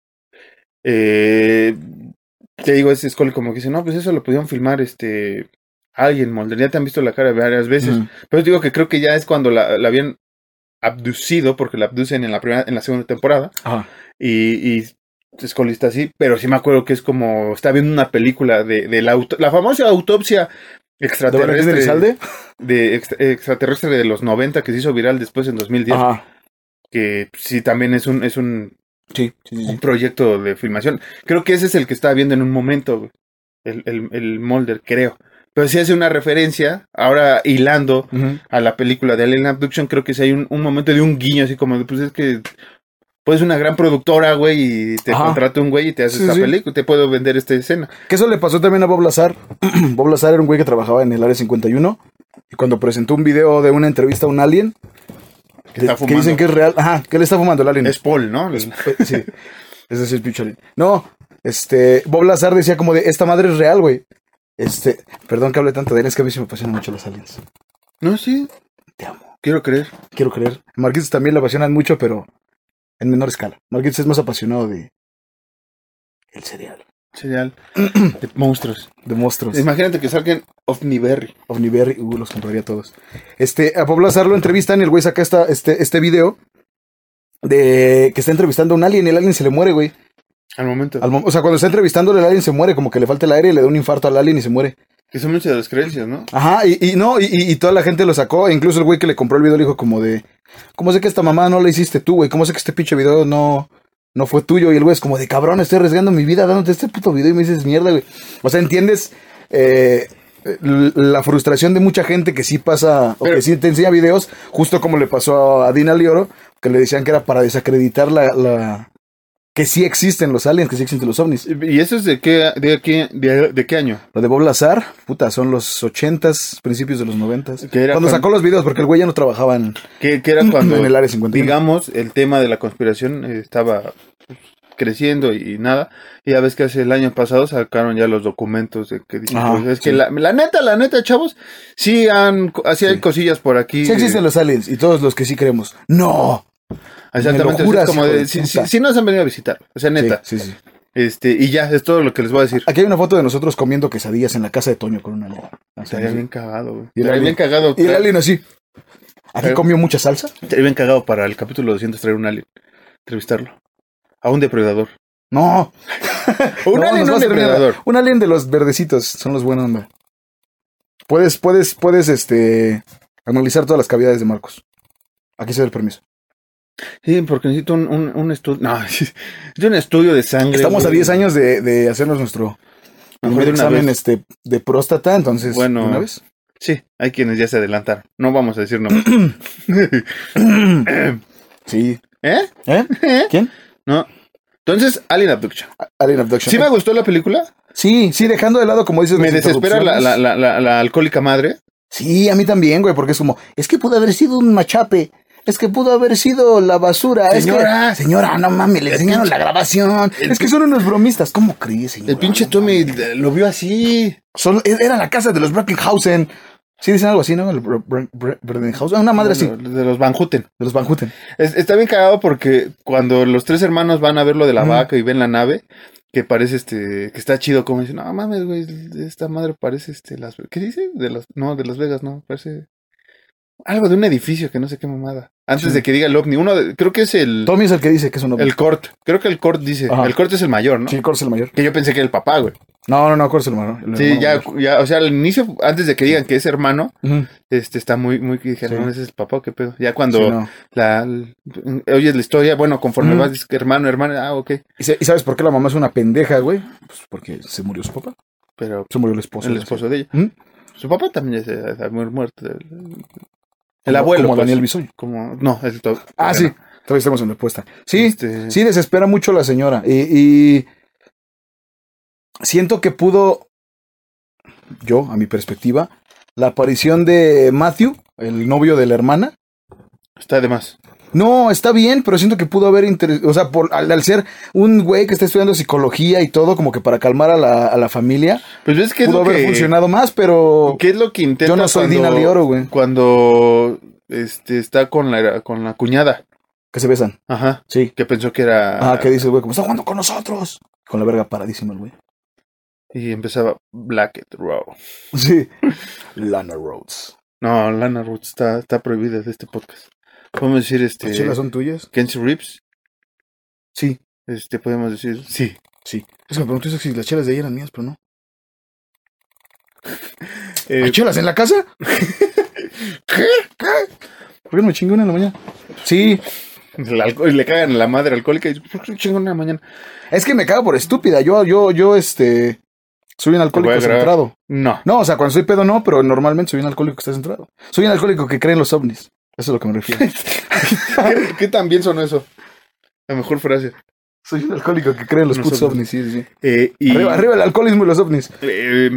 eh, te digo, es Scully como que dice, no, pues eso lo pudieron filmar este... alguien, Mulder, ya te han visto la cara varias veces. Mm. Pero digo que creo que ya es cuando la, la habían abducido, porque la abducen en la primera, en la segunda temporada. Ajá. Y, y Scully está así, pero sí me acuerdo que es como está viendo una película de, de la, auto, la famosa autopsia extraterrestre. ¿De Salde? De extra, extraterrestre de los noventa que se hizo viral después en dos mil diez. Ajá. Que sí también es un, es un, sí, sí, sí, un proyecto de filmación. Creo que ese es el que estaba viendo en un momento, el, el, el Mulder, creo. Pero sí hace una referencia, ahora hilando uh-huh. a la película de Alien Abduction, creo que sí hay un, un momento de un guiño, así como de, pues es que puedes una gran productora, güey, y te Ajá. contrata un güey y te hace sí, esta sí. película, te puedo vender esta escena. Que eso le pasó también a Bob Lazar. Bob Lazar era un güey que trabajaba en el Área cincuenta y uno, y cuando presentó un video de una entrevista a un alien, que, está de, que dicen que es real, ajá, que le está fumando el alien. Es Paul, ¿no? Es, sí, ese es el pinche alien. No, este, Bob Lazar decía como de, esta madre es real, güey. Este, perdón que hable tanto de él, es que a mí se me apasionan mucho los aliens. No, sí. Te amo. Quiero creer. Quiero creer. Marquitos también le apasionan mucho, pero en menor escala. Marquitos es más apasionado de el cereal. Cereal. De monstruos. De monstruos. Imagínate que salgan Ovniberry. Ovniberry, uh, los compraría todos. Este, a Bob Lazar lo entrevistan y el güey saca esta, este, este video de que está entrevistando a un alien y el alien se le muere, güey. Al momento. Al mo- o sea, cuando está entrevistándole, el alien se muere, como que le falta el aire y le da un infarto al alien y se muere. Que son muchas de las creencias, ¿no? Ajá, y, y no, y, y toda la gente lo sacó, e incluso el güey que le compró el video le dijo como de, ¿cómo sé que esta mamá no la hiciste tú, güey? ¿Cómo sé que este pinche video no, no fue tuyo? Y el güey es como de, cabrón, estoy arriesgando mi vida dándote este puto video y me dices mierda, güey. O sea, ¿entiendes? Eh, la frustración de mucha gente que sí pasa, Pero, o que sí te enseña videos, justo como le pasó a Dina Lioro, que le decían que era para desacreditar la... la que sí existen los aliens, que sí existen los ovnis. ¿Y eso es de qué, de qué, de, de qué año? Lo de Bob Lazar, puta, son los ochentas, principios de los noventas. Cuando, cuando sacó los videos, porque el güey ya no trabajaba en, que, que era cuando, en el área cincuenta y uno. Digamos, el tema de la conspiración estaba creciendo y, y nada. Y ya ves que hace el año pasado sacaron ya los documentos de que dicen, Ajá, pues, es sí. que la, la neta, la neta, chavos, sí han, así hay sí. cosillas por aquí. Sí existen los aliens y todos los que sí creemos. ¡No! Exactamente, juras, es como de, de si, si, si nos han venido a visitar, o sea, neta. Sí, sí, sí. Este, y ya, es todo lo que les voy a decir. Aquí hay una foto de nosotros comiendo quesadillas en la casa de Toño con un alien. Estaría bien cagado, güey. Y el alien, bien cagado. Y el alien así. ¿Aquí Pero, comió mucha salsa? Estaría bien cagado para el capítulo doscientos traer un alien. Entrevistarlo. A un depredador. No. un no, alien, no un depredador. Un alien de los verdecitos, son los buenos, onda. Puedes, puedes, puedes, este, analizar todas las cavidades de Marcos. Aquí se da el permiso. Sí, porque necesito un, un, un estudio. No, es un estudio de sangre. Estamos güey. a diez años de, de hacernos nuestro primer examen este, de próstata, entonces, bueno, ¿una vez? Sí, hay quienes ya se adelantaron. No vamos a decir nombres. Sí. ¿Eh? ¿Eh? ¿Quién? No. Entonces, Alien Abduction. Alien Abduction. ¿Sí me gustó la película? Sí, sí, dejando de lado, como dices, me desespera la, la, la, la, la alcohólica madre. Sí, a mí también, güey, porque es como, es que pudo haber sido un machape. Es que pudo haber sido la basura. Señora, es que, señora, no mames, le enseñaron pinche, la grabación. Es que son unos bromistas. ¿Cómo crees, señora? El pinche Tommy lo vio así. Son, era la casa de los Brackenhausen. Sí, dicen algo así, ¿no? El Brackenhausen. Una madre así. De los Van Houten. De los Van Houten. Es, está bien cagado porque cuando los tres hermanos van a ver lo de la mm. vaca y ven la nave, que parece este, que está chido, como dicen, no mames, güey, esta madre parece este, las, ¿qué dice? De las, no, de Las Vegas, no, parece algo de un edificio que no sé qué mamada. Antes sí. de que diga el ovni, uno, de, creo que es el... Tommy es el que dice que es un ovni. El Cort, creo que el Cort dice, Ajá. el Cort es el mayor, ¿no? Sí, el Cort es el mayor. Que yo pensé que era el papá, güey. No, no, no, ¿cuál es el hermano? El Sí, hermano ya, mayor. ya, o sea, al inicio, antes de que digan que es hermano, Ujú. este, está muy, muy, que dijeron, Sí. no, ese es el papá, ¿o qué pedo? Ya cuando Sí, no. la, l- oyes la historia, bueno, conforme Ujú. vas, dices que hermano, hermana, ah, ok, ¿Y, se- y sabes por qué la mamá es una pendeja, güey? Pues porque se murió su papá. pero Se murió el esposo. el güey, esposo sí. de ella. ¿Mm? Su papá también ya se se ha mu- muerto. El, el Como- abuelo. Como pues, Daniel Bisoño. Como, no, el to- Ah, sí. Todavía estamos en respuesta. Sí, Este- sí, desespera mucho la señora. Y, y siento que pudo, yo, a mi perspectiva, la aparición de Matthew, el novio de la hermana. Está de más. No, está bien, pero siento que pudo haber interés, o sea, por, al, al ser un güey que está estudiando psicología y todo, como que para calmar a la, a la familia, Pues ves que es pudo lo haber que, funcionado más, pero ¿qué es lo que intenta yo no soy cuando, Dina Lioro, güey. Cuando este, está con la, con la cuñada. Que se besan. Ajá. Sí. Que pensó que era... Ah, que dice, güey, como está jugando con nosotros. Con la verga paradísima, el güey. Y empezaba Blackett Row. Sí. Lana Rhodes. No, Lana Rhodes está, está prohibida de este podcast. Podemos decir, ¿Las este... chelas son tuyas? Kenzie Reeves. Sí, Este, podemos decir... Sí. sí. Es que me pregunté si las chelas de ella eran mías, pero no. Eh, ¿Hay chelas en la casa? ¿Qué? ¿Qué? ¿Por qué no me chingué una en la mañana? Sí, el alcohol- le cagan a la madre alcohólica y dice, ¿por qué chingón en la mañana? es que me cago por estúpida. Yo, yo, yo, este... Soy un Te alcohólico voy a grabar. centrado. No. No, o sea, cuando soy pedo no, pero normalmente soy un alcohólico que está centrado. Soy un alcohólico que cree en los ovnis. Eso es a lo que me refiero. ¿Qué, qué tan bien sonó eso? La mejor frase. Soy un alcohólico que cree en los Los putos ovnis. ovnis, sí, sí, sí. Eh, y, Arriba, arriba el alcoholismo y los ovnis. eh,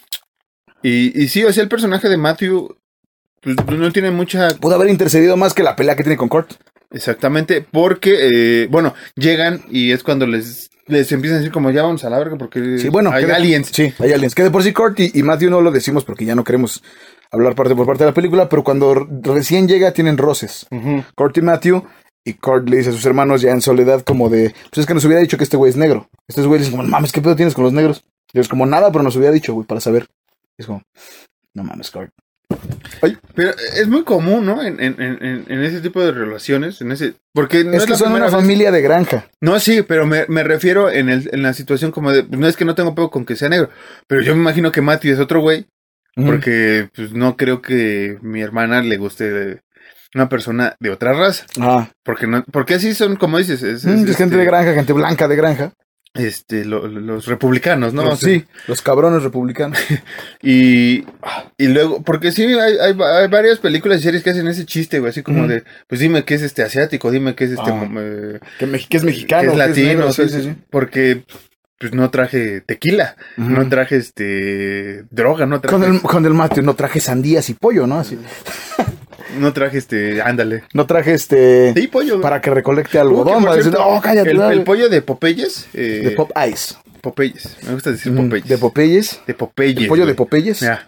y, y sí, o sea, el personaje de Matthew pues, no tiene mucha... Pudo haber intercedido más que la pelea que tiene con Kurt. Exactamente, porque, eh, bueno, llegan y es cuando les, les empiezan a decir como ya vamos a la verga porque Sí, bueno, hay que de- aliens. Sí, hay aliens. Que de por sí Kurt y, y Matthew no lo decimos porque ya no queremos hablar parte por parte de la película, pero cuando r- recién llega tienen roces. Ujú. Kurt y Matthew, y Kurt le dice a sus hermanos ya en soledad como de, pues es que nos hubiera dicho que este güey es negro. Estos güeyes dicen como, mames, ¿qué pedo tienes con los negros? Y es como, nada, pero nos hubiera dicho, güey, para saber. Y es como, no mames, Kurt. Pero es muy común, ¿no? En, en, en, en ese tipo de relaciones, en ese... Porque no Es es, que la son primera una vez- familia de granja. No, sí, pero me, me refiero en, el, en la situación como de... No es que no tengo pedo con que sea negro, pero yo me imagino que Matthew es otro güey, porque pues no creo que mi hermana le guste una persona de otra raza. Ah, Porque no, porque así son, como dices, es, mm, es, es gente este, de granja, gente blanca de granja. este, lo- los republicanos, ¿no? Los- O sea, sí, los cabrones republicanos. Y, y luego, porque sí, hay, hay, hay varias películas y series que hacen ese chiste, güey, así como Ujú. de, pues dime que es este asiático, dime que es este, Ah. mo- eh, que, me- que es mexicano, que es latino, negro, o sea, sí, sí, sí. porque pues no traje tequila, Ujú. no traje este droga, no traje, Con el, con el Matthew no traje sandías y pollo, ¿no? Así. no traje este, ándale. No traje este... Sí, pollo. para que recolecte Uh, que algodón. por va a decir, cierto, no, cállate. el, dale". el pollo de Popeyes, eh, de Pop Ice. Popeyes, me gusta decir Mm, Popeyes. De Popeyes. De Popeyes. El pollo de güey. Popeyes. Mira,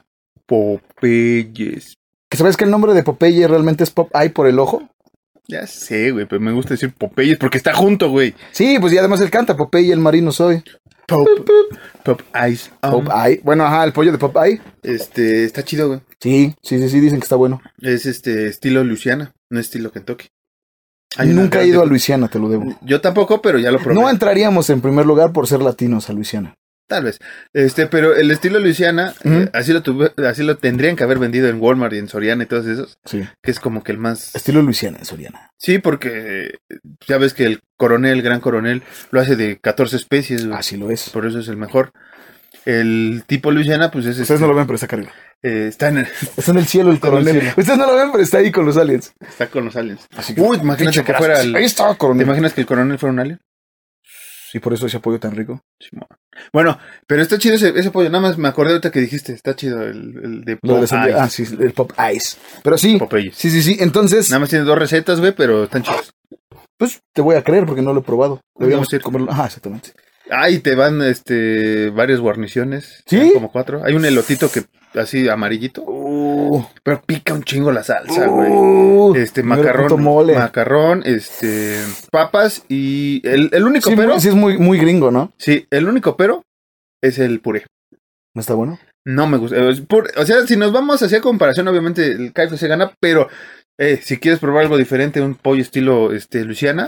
Popeyes. ¿Que ¿Sabes que el nombre de Popeye realmente es Pop Eye por el ojo? Ya sé, güey, pero me gusta decir Popeyes porque está junto, güey. Sí, pues y además él canta Popeye el marino soy. Pop, Pop Ice. um, Pop Eye. Bueno, ajá, el pollo de Pop Eye. Este, está chido, güey. Sí, sí, sí, sí, dicen que está bueno. Es este estilo Luisiana, no estilo Kentucky. Hay una Nunca he gran ido a dif- Luisiana, te lo debo. Yo tampoco, pero ya lo probé. No entraríamos en primer lugar por ser latinos a Luisiana. Tal vez. Este, pero el estilo Luisiana, Ujú. eh, así lo tuve, así lo tendrían que haber vendido en Walmart y en Soriana y todos esos, Sí. que es como que el más. Estilo Luisiana en Soriana. Sí, porque eh, ya ves que el coronel, gran coronel, lo hace de catorce especies, güey. Así lo es. Por eso es el mejor. El tipo Luisiana, pues es Ustedes este, no lo ven, pero está acá arriba. eh, está, en el- Está en el cielo el Está en el coronel. cielo. Ustedes no lo ven, pero está ahí con los aliens. está con los aliens. Así que- Uy, imagínate Pinche que fuera gracias. el, Ahí está, ¿te coronel. imaginas que el coronel fuera un alien? Y por eso ese apoyo tan rico. Simón. Bueno, pero está chido ese, ese pollo. Nada más me acordé ahorita que dijiste. Está chido el, el de Lo de la Popeyes. sandía- Ah, sí, el Pop Ice. Pero sí, Popeyes. sí, sí, sí. Entonces, Nada más tiene dos recetas, güey, pero están chidos. pues te voy a creer porque no lo he probado. Deberíamos Vamos a ir. comerlo. Ajá, exactamente. Ah, y te van este varias guarniciones. ¿Sí? Eran como cuatro. Hay un elotito que así amarillito. Uh, Pero pica un chingo la salsa, güey. uh, Este, mira el macarrón. puto mole. Macarrón, este, papas y el, el único Sí, pero. muy- sí, es muy, muy gringo, ¿no? Sí, el único pero es el puré. ¿No está bueno? No me gusta. Es pur- O sea, si nos vamos hacia comparación, obviamente el K F C gana, pero eh, si quieres probar algo diferente, un pollo estilo este Luisiana,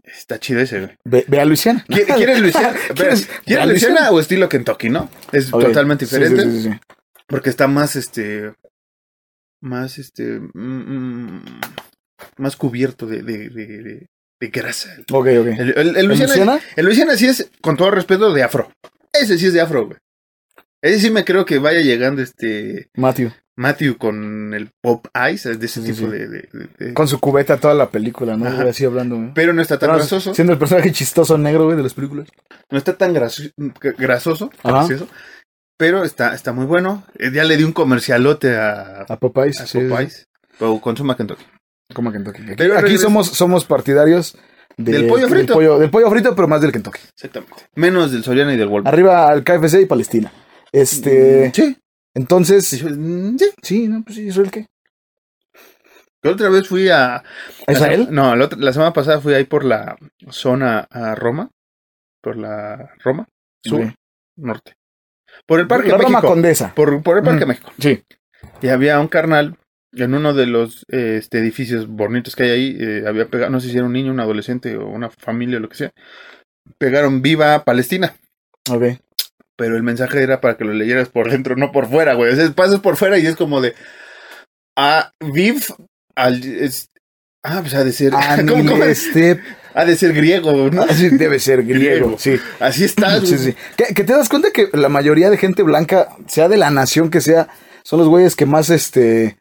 Está chido ese, güey. Ve, ve a Luisiana. ¿Qui- ¿Quieres Luisiana? ¿Quieres- ¿Quieres a Luisiana Luisiana? o estilo Kentucky, no? Es Ok. totalmente Sí, diferente. Sí, sí, sí, sí. Porque está más, este... Más, este... mm, mm, más cubierto de, de, de, de, de grasa. Ok, ok. El, el, el ¿En Luisiana, Luisiana? el Luisiana sí es, con todo respeto, de afro. Ese sí es de afro, güey. Ese sí me creo que vaya llegando este Matthew. Matthew con el Pop Ice, de ese Sí, sí, tipo sí. de, de- de- de- Con su cubeta toda la película, ¿no? Ajá. Güey, así hablando, güey. Pero no está tan Pero grasoso. Siendo el personaje chistoso negro, güey, de las películas. No está tan graso- grasoso, Ajá. gracioso, pero está, está muy bueno. Eh, Ya le di un comercialote a, A Popeyes. a sí, sí, Popeyes. O consuma Kentucky. sí. Como Kentucky. Aquí, Pero aquí regresa- somos, somos partidarios de- Del pollo frito. Del pollo, del pollo frito, pero más del Kentucky. Exactamente. Menos del Soriana y del Walmart. Arriba al K F C y Palestina. Este. Mm, Sí. Entonces. Sí. Mm, sí. Sí, no, pues sí, Israel, ¿qué? La otra vez fui a... ¿A Israel? No, la, otra- la semana pasada fui ahí por la zona a Roma. Por la Roma. Sur, Ok. norte. Por el Parque La Roma México. Condesa. Por, por el Parque Ujú. México. Sí. Y había un carnal en uno de los eh, este, edificios bonitos que hay ahí. eh, había pegado, no sé si era un niño, un adolescente o una familia o lo que sea. Pegaron Viva Palestina. Ok. Pero el mensaje era para que lo leyeras por dentro, no por fuera, güey. O sea, pasas por fuera y es como de... Ah, Viv... Al, es, ah, pues ha de ser... ¿cómo, cómo es? Este. Ha de ser griego, ¿no? Así debe ser griego. Griego. Sí. Así está, Sí, sí. Que, que te das cuenta que la mayoría de gente blanca, sea de la nación que sea, son los güeyes que más este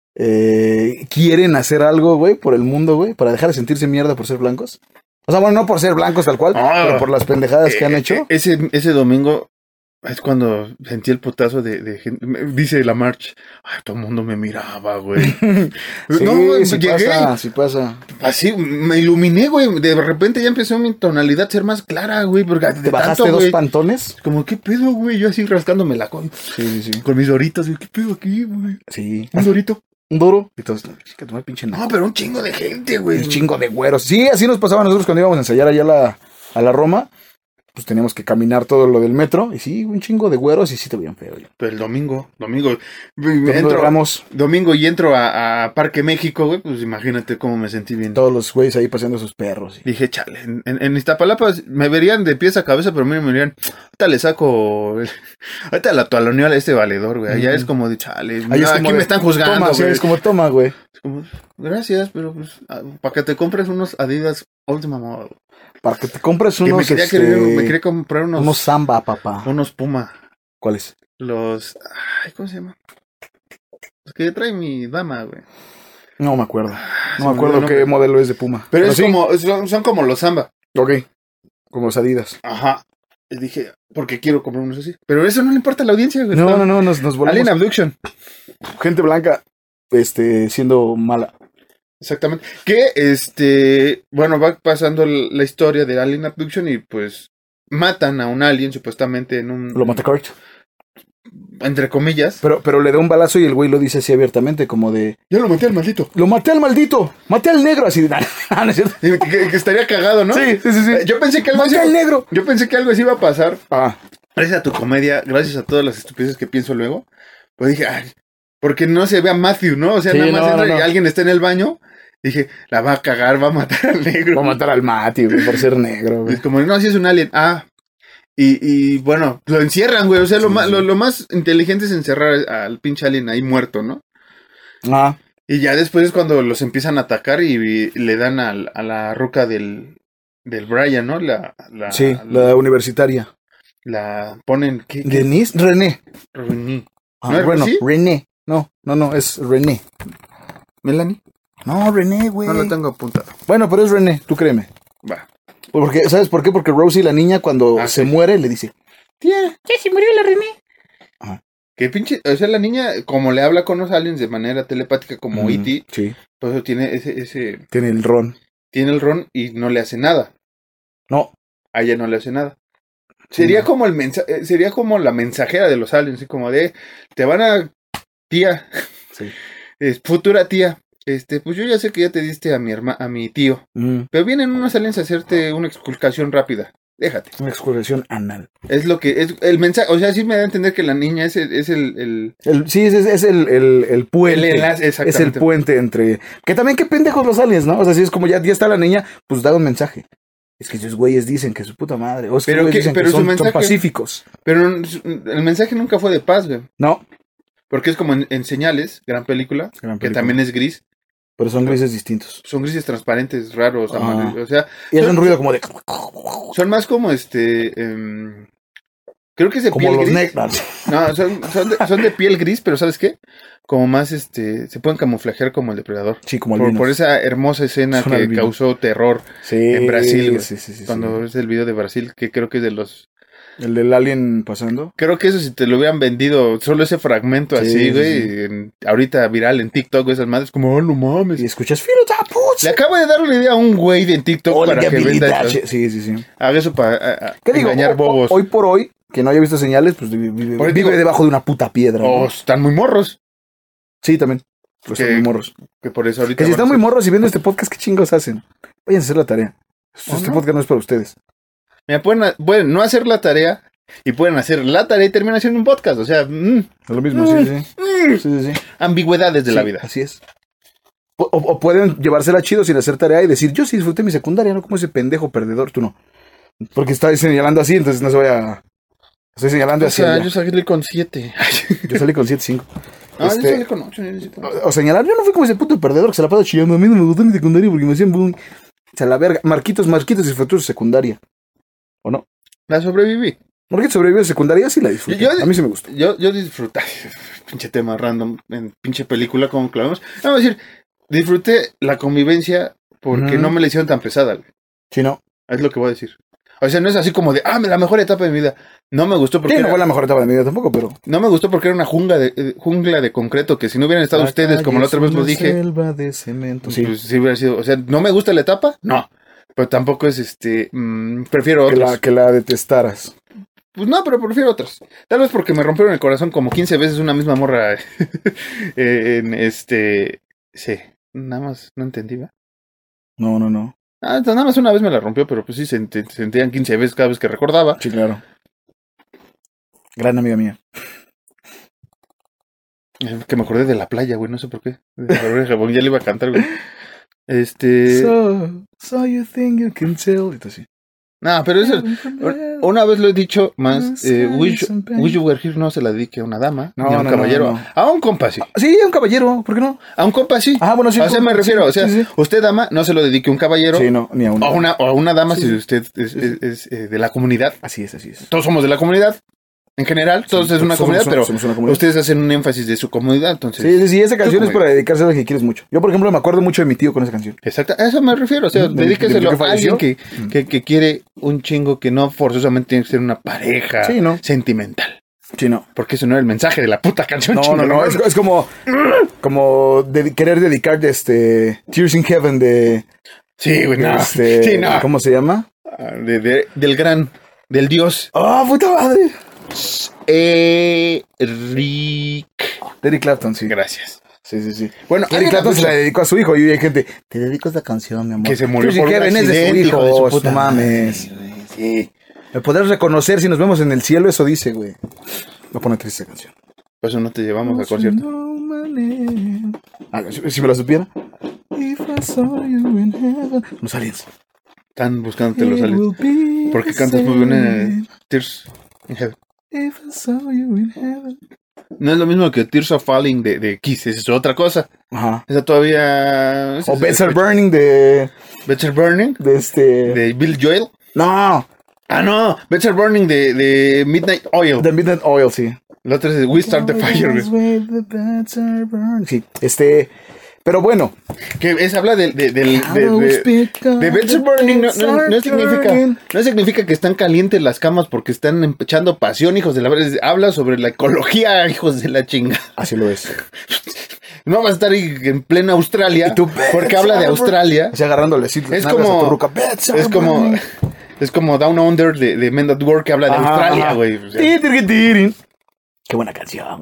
eh, quieren hacer algo, güey, por el mundo, güey, para dejar de sentirse mierda por ser blancos. O sea, bueno, no por ser blancos tal cual, Ah. pero por las pendejadas que han Eh, hecho. eh, ese, ese domingo es cuando sentí el putazo de, de gente. me- Dice la March. Ay, todo el mundo me miraba, güey. Sí, no, güey, sí llegué. pasa, sí pasa. Así, me iluminé, güey. De repente ya empezó mi tonalidad a ser más clara, güey. Porque de ¿Te bajaste tanto, dos güey. pantones? Como, ¿qué pedo, güey? Yo así rascándome la con, Sí, sí, sí. con mis doritos. güey, ¿Qué pedo aquí, güey? Sí. Un dorito. Un duro. Y todos, chica, tomar pinche No, pero un chingo de gente, güey. un chingo de güeros. Sí, así nos pasaba a nosotros cuando íbamos a ensayar allá a la, a la Roma. Pues teníamos que caminar todo lo del metro. Y sí, un chingo de güeros y sí te veían feo. Yo. Pero el domingo, domingo. Domingo de Entro, Ramos, domingo y entro a, a Parque México, güey. Pues imagínate cómo me sentí bien. todos los güeyes ahí paseando sus perros. y- Dije, chale, en, en, en Iztapalapa me verían de pies a cabeza, pero a mí me dirían, ahorita le saco, el- ahorita la taloneo a este valedor, güey. Allá Ujú. es como de, chale, Ahí es no, como aquí de, me están juzgando, Toma, sí, güey. es como toma, güey. Es como, gracias, pero pues, para que te compres unos Adidas Última Moda. güey. Para que te compres Que unos, me quería, este, querer- me quería comprar unos, unos Samba, papá. unos Puma. ¿Cuáles? Los, ay, ¿cómo se llama? Los que trae mi dama, güey. No me acuerdo. Se No me me acuerdo olvidó el qué nombre. modelo es de Puma. Pero es sí. como, son, son como los Samba. Ok. Como los Adidas. Ajá. Y dije, porque quiero comprar unos así. Pero eso no le importa a la audiencia, güey. No, Está- no, no, nos, nos volvemos Alien Abduction. gente blanca este, siendo mala. Exactamente. Que, este, bueno, va pasando l- la historia de Alien Abduction y pues matan a un alien supuestamente en un... Lo mata Kurt. Entre comillas. Pero, pero le da un balazo y el güey lo dice así abiertamente, como de... Yo lo maté al maldito. Lo maté al maldito, maté al negro, así de... No, no es cierto. Y Que, que estaría cagado, ¿no? Sí, sí, sí, sí. Eh, Yo pensé que algo Maté así... al negro. Yo pensé que algo así iba a pasar. Ah, Gracias a tu comedia, gracias a todas las estupideces que pienso luego. Pues dije, ay, porque no se ve a Matthew, ¿no? O sea, Sí, nada más no, entra no, y no. alguien está en el baño. Dije, la va a cagar, va a matar al negro. va a matar al Mati, güey, por ser negro, Y güey. es como, no, si es un alien. Ah. Y, y bueno, lo encierran, güey. O sea, lo, Sí, más, sí. Lo, lo más inteligente es encerrar al pinche alien ahí muerto, ¿no? Ah, Y ya después es cuando los empiezan a atacar y, y le dan al- a la ruca del, del Brian, ¿no? La, la, sí, la universitaria. la ponen. ¿Qué? qué? Denise René. René. Ah, ¿No es bueno, así? René. No, no, no, es René. ¿Melanie? No, René, güey. No lo tengo apuntado. Bueno, pero es René, tú créeme. Va. Porque, ¿sabes por qué? Porque Rosie, la niña, cuando Ah, se sí. muere, le dice, tía, Ya se murió la René. Que pinche. O sea, la niña, como le habla con los aliens de manera telepática, como mm, E T, sí, por eso tiene ese, ese. tiene el ron. Tiene el ron y no le hace nada. No, A ella no le hace nada. Sería No. como el mensa eh, sería como la mensajera de los aliens, así como de te van a tía, sí. es futura tía. Este, pues yo ya sé que ya te diste a mi herma, a mi tío, Mm, pero vienen unos aliens a hacerte una exculcación rápida. Déjate. Una exploración anal. Es lo que es el mensaje, o sea, sí me da a entender que la niña es el, es el, el, El, sí, es, es el, el, el puente. el enlace, Es el exactamente. puente entre... Que también qué pendejos los aliens, ¿no? O sea, si es como ya, ya está la niña, pues da un mensaje. Es que esos güeyes dicen que su puta madre. O es que Pero esos güeyes qué- dicen pero que su son, son mensaje- pacíficos. Pero el mensaje nunca fue de paz, güey. No, Porque es como en, en Señales, gran película, Gran que película. también es gris. pero son grises distintos. Son grises transparentes, raros, Ah. amarillos. O sea, Y hacen ruido como de... son más como este. em, creo que es de Como piel los gris. néctares. No, son, son, de, son de piel gris, pero ¿sabes qué? Como más este. Se pueden camuflajear como el depredador. Sí, como Por, albinos. por esa hermosa escena Son que albinos. causó terror Sí, en Brasil, güey. sí, sí, sí, cuando sí. es el video de Brasil, que creo que es de los. El del alien pasando. Creo que eso si te lo hubieran vendido, solo ese fragmento Sí, así, sí, güey, sí. en- ahorita viral en TikTok, esas madres, como, oh, no mames. Y escuchas... "Filo da Le puta". acabo de dar una idea a un güey de en TikTok Hola, para qué que venda habilidad. eso. Sí, sí, sí. Haga eso para a- a- ¿Qué digo? engañar O- bobos. Hoy por hoy, que no haya visto señales, pues vive, vive- Por eso vive digo- debajo de una puta piedra. ¿no? O están muy morros. Sí, también. Pues Que- son muy morros. Que por eso ahorita. Que si van a están muy ser- morros y viendo este podcast, ¿qué chingos hacen? Váyanse a hacer la tarea. ¿O Este no? podcast no es para ustedes. Mira, pueden, a- pueden no hacer la tarea y pueden hacer la tarea y terminan haciendo un podcast. O sea, mm, Es lo mismo, sí, sí. Sí, sí, sí. ambigüedades de la Sí, vida. Así es. O, o pueden llevársela chido sin hacer tarea y decir, yo sí disfruté mi secundaria, no como ese pendejo perdedor, tú no. Porque está señalando así, entonces no se vaya... Estoy señalando O hacia sea, allá. yo salí con siete. Yo salí con siete cinco. No, Este- yo salí con ocho. O, o señalar, yo no fui como ese puto perdedor que se la pasa chillando. A mí no me gustó mi secundaria porque me hacían bullying. O sea, la verga. Marquitos, Marquitos disfrutó su secundaria. ¿O no? La sobreviví. Marquitos sobrevivió de secundaria, sí la disfruté. Yo- a mí sí me gustó. Yo, yo disfruté. Pinche tema random. En pinche película, como clavamos. Vamos a decir, disfruté la convivencia porque Ujú. no me la hicieron tan pesada, güey. Sí, no. Es lo que voy a decir. O sea, no es así como de, ah, la mejor etapa de mi vida. No me gustó porque Sí, no era- fue la mejor etapa de mi vida tampoco, pero... no me gustó porque era una jungla de eh, jungla de concreto que si no hubieran estado ustedes, como la otra vez lo dije, Selva de cemento. pues, Sí, pues, sí hubiera sido, o sea, no me gusta la etapa, no, pero tampoco es este, mm, prefiero que otros. la, que la detestaras. Pues no, pero prefiero otros. Tal vez porque me rompieron el corazón como quince veces una misma morra eh, en este, sí, nada más no entendí, ¿va? No, no, no. Ah, nada más una vez me la rompió, pero pues sí se ent- se sentían quince veces cada vez que recordaba. Sí, claro. Gran amiga mía. Eh, Que me acordé de la playa, güey, no sé por qué. De la oreja, porque ya le iba a cantar, güey. Este. So, so you think you can tell. Y tú así. No, pero eso. Una vez lo he dicho más. Eh, wish, Wish You Were Here no se la dedique a una dama, No, ni a un no, caballero. no, no. A un compa sí. Sí, un caballero, ¿por qué no? A un compa sí. Ah, bueno, sí. o sea, como- me refiero, sí, o sea, sí, sí. usted dama, no se lo dedique a un caballero. Sí, no, ni a uno. O a una, o a una dama Sí, si sí. usted es, es- es, eh, de la comunidad. Así es, así es. Todos somos de la comunidad. En general, todos Sí, es una somos comunidad, una- pero somos una comunidad. ustedes hacen un énfasis de su comunidad, entonces. Sí, sí, sí, esa canción es como- para dedicársela a que quieres mucho. Yo, por ejemplo, me acuerdo mucho de mi tío con esa canción. Exacto, a eso me refiero, o sea, ¿De- de- dedíqueselo de que a alguien que, falleció? que, que quiere un chingo que no forzosamente tiene que ser una pareja Sí, ¿no? sentimental. Sí, no. Porque eso no era el mensaje de la puta canción. No, no, chingada. no, es, es como, como de- querer dedicar de este Tears in Heaven de, Sí, güey, de no. este, Sí, no. ¿cómo se llama? Ah, de- de- del gran, del dios ¡Ah, puta madre! Eric. De Eric Clapton, sí. Gracias. Sí, sí, sí. Bueno, Eric hay Clapton una se la cosa dedicó a su hijo y hay gente, te dedico esta canción, mi amor. que se murió Tears in por un Heaven es de su accidente, hijo, hijo de su puta no mames. madre, güey, sí. Me podrás reconocer si nos vemos en el cielo, eso dice, güey. Voy a poner triste esa canción. Por eso no te llevamos al concierto. Ah, si, si me la supiera. If I saw you in heaven. Los aliens. Están buscándote los aliens. ¿Por qué cantas muy bien en Tears in Heaven? If I saw you in heaven. No es lo mismo que Tears of Falling de, de Kiss, esa es otra cosa. Ajá. Esa todavía... esa O es- Better Burning de, Better Burning de este. de Bill Joel. No, Ah, no, Better Burning de, de Midnight Oil. de Midnight Oil, sí. La otra es de We Start the Fire, güey. Sí, este. Pero bueno. Que es habla de, de, del- de, de, de Better Burning. No, no, no significa, no significa que están calientes las camas porque están echando pasión, hijos de la verdad. Habla sobre la ecología, hijos de la chinga. Así lo es. No vas a estar ahí en plena Australia Y tú, porque habla de Australia. Así agarrándole así, Es nalgas como- a tu ruca. Better Es como, Burning. es como Down Under de, de Men That Work que habla de Ajá, Australia, ajá. güey. O sea, Titiritirin. Qué buena canción.